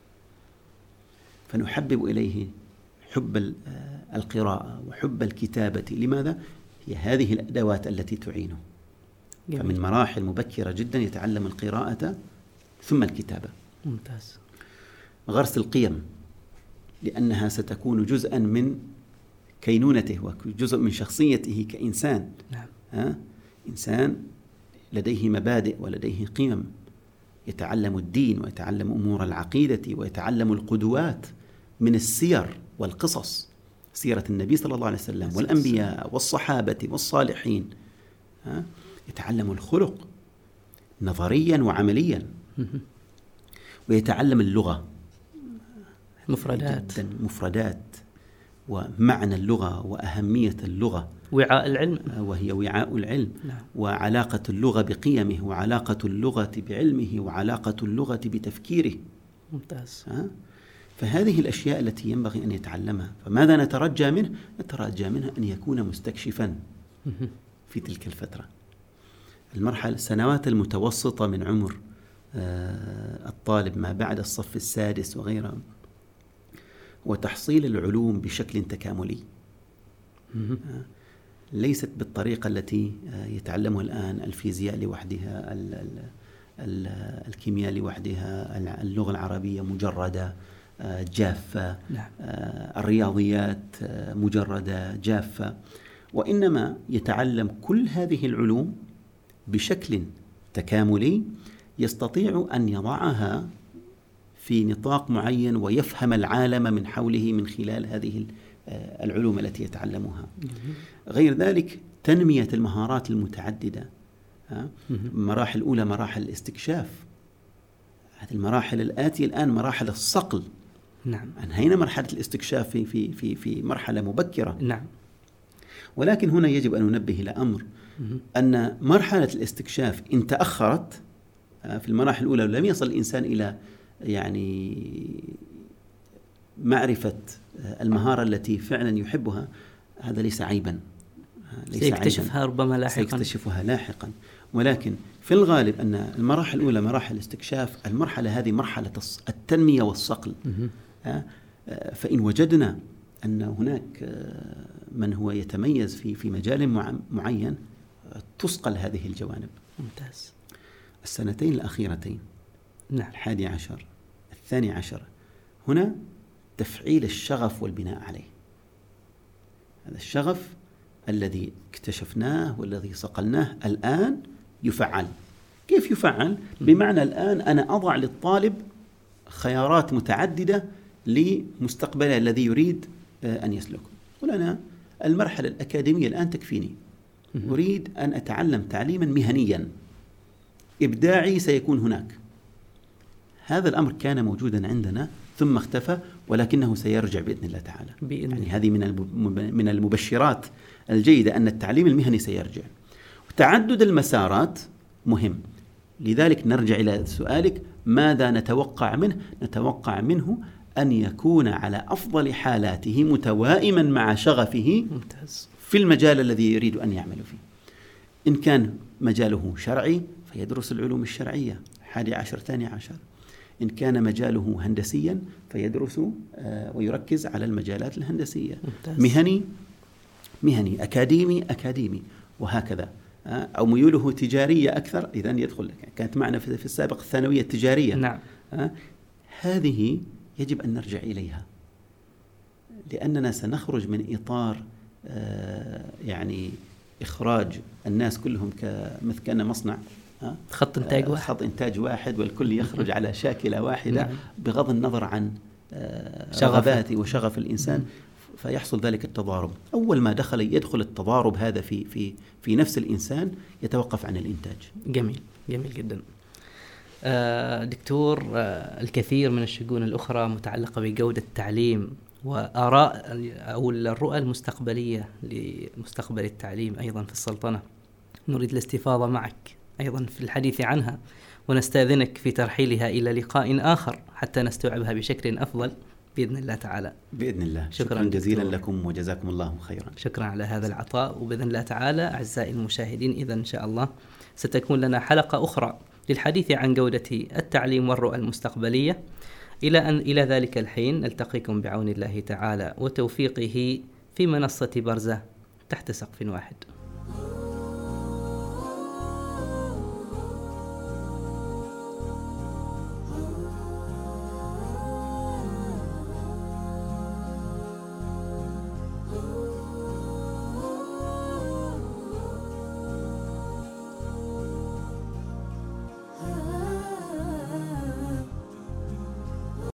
فنحبب إليه حب القراءة وحب الكتابة. لماذا؟ هي هذه الأدوات التي تعينه. فمن مراحل مبكرة جدا يتعلم القراءة ثم الكتابة. ممتاز. غرس القيم، لأنها ستكون جزءا من كينونته وجزء من شخصيته كإنسان. نعم. ها؟ إنسان لديه مبادئ ولديه قيم، يتعلم الدين ويتعلم أمور العقيدة ويتعلم القدوات من السير والقصص، سيرة النبي صلى الله عليه وسلم والأنبياء والصحابة والصالحين. ها؟ يتعلم الخلق نظريا وعمليا، ويتعلم اللغة، مفردات جدا مفردات ومعنى اللغة وأهمية اللغة، وعاء العلم، وهي وعاء العلم. نعم. وعلاقة اللغة بقيمه، وعلاقة اللغة بعلمه، وعلاقة اللغة بتفكيره. ممتاز. ها؟ فهذه الأشياء التي ينبغي أن يتعلمها. فماذا نترجى منه؟ نترجى منه أن يكون مستكشفا في تلك الفترة. المرحلة السنوات المتوسطة من عمر الطالب ما بعد الصف السادس وغيره، وتحصيل العلوم بشكل تكاملي، ليست بالطريقة التي يتعلمها الآن، الفيزياء لوحدها، الكيمياء لوحدها، اللغة العربية مجردة جافة، نعم. الرياضيات مجردة جافة، وإنما يتعلم كل هذه العلوم بشكل تكاملي يستطيع أن يضعها في نطاق معين ويفهم العالم من حوله من خلال هذه العلوم التي يتعلمها. غير ذلك تنمية المهارات المتعددة. المراحل الأولى مراحل الاستكشاف، هذه المراحل الآتية الآن مراحل الصقل. نعم. أنهينا مرحلة الاستكشاف في في في في مرحلة مبكرة. نعم. ولكن هنا يجب أن ننبه إلى أمر، أن مرحلة الاستكشاف إن تأخرت في المراحل الأولى ولم يصل الإنسان إلى يعني معرفة المهارة التي فعلا يحبها، هذا ليس عيبا، ليس سيكتشفها ربما لاحقا سيكتشفها لاحقا. ولكن في الغالب أن المراحل الأولى مراحل الاستكشاف، المرحلة هذه مرحلة التنمية والصقل. فإن وجدنا أن هناك من هو يتميز في في مجال معين تصقل هذه الجوانب. ممتاز. السنتين الأخيرتين، نعم، الحادي عشر الثاني عشر، هنا تفعيل الشغف والبناء عليه. هذا الشغف الذي اكتشفناه والذي صقلناه الآن يفعل. كيف يفعل؟ بمعنى الآن أنا أضع للطالب خيارات متعددة لمستقبله الذي يريد أن يسلكه. قل أنا المرحلة الأكاديمية الآن تكفيني، أريد أن أتعلم تعليما مهنيا إبداعي سيكون هناك. هذا الأمر كان موجودا عندنا ثم اختفى، ولكنه سيرجع بإذن الله تعالى. بإذن يعني هذه من من المبشرات الجيدة أن التعليم المهني سيرجع. وتعدد المسارات مهم. لذلك نرجع إلى سؤالك، ماذا نتوقع منه؟ نتوقع منه أن يكون على أفضل حالاته متوائما مع شغفه ممتاز. في المجال الذي يريد أن يعمل فيه. إن كان مجاله شرعي فيدرس العلوم الشرعية حادي عشر ثاني عشر. إن كان مجاله هندسيا فيدرس ويركز على المجالات الهندسية. ممتاز. مهني مهني، أكاديمي أكاديمي، وهكذا. أو ميوله تجارية أكثر، إذن يدخل. كانت معنا في السابق الثانوية التجارية. نعم. هذه يجب أن نرجع إليها، لأننا سنخرج من إطار يعني إخراج الناس كلهم كمثل كان مصنع، خط إنتاج واحد خط إنتاج واحد والكل يخرج على شاكلة واحدة. نعم. بغض النظر عن رغبات وشغف الإنسان. فيحصل ذلك التضارب. أول ما دخل يدخل التضارب هذا في في في نفس الإنسان يتوقف عن الإنتاج. جميل جميل جدا. آه دكتور، آه الكثير من الشؤون الأخرى متعلقة بجودة التعليم وآراء أو الرؤى المستقبلية لمستقبل التعليم أيضا في السلطنة، نريد الاستفاضة معك أيضا في الحديث عنها، ونستأذنك في ترحيلها إلى لقاء آخر حتى نستوعبها بشكل أفضل بإذن الله تعالى. بإذن الله. شكرا, شكرا جزيلا دكتور. لكم وجزاكم الله خيرا. شكرا على هذا العطاء، وبإذن الله تعالى أعزائي المشاهدين إذا إن شاء الله ستكون لنا حلقة أخرى للحديث عن جودة التعليم والرؤى المستقبلية. إلى أن إلى ذلك الحين نلتقيكم بعون الله تعالى وتوفيقه في منصة برزة تحت سقف واحد.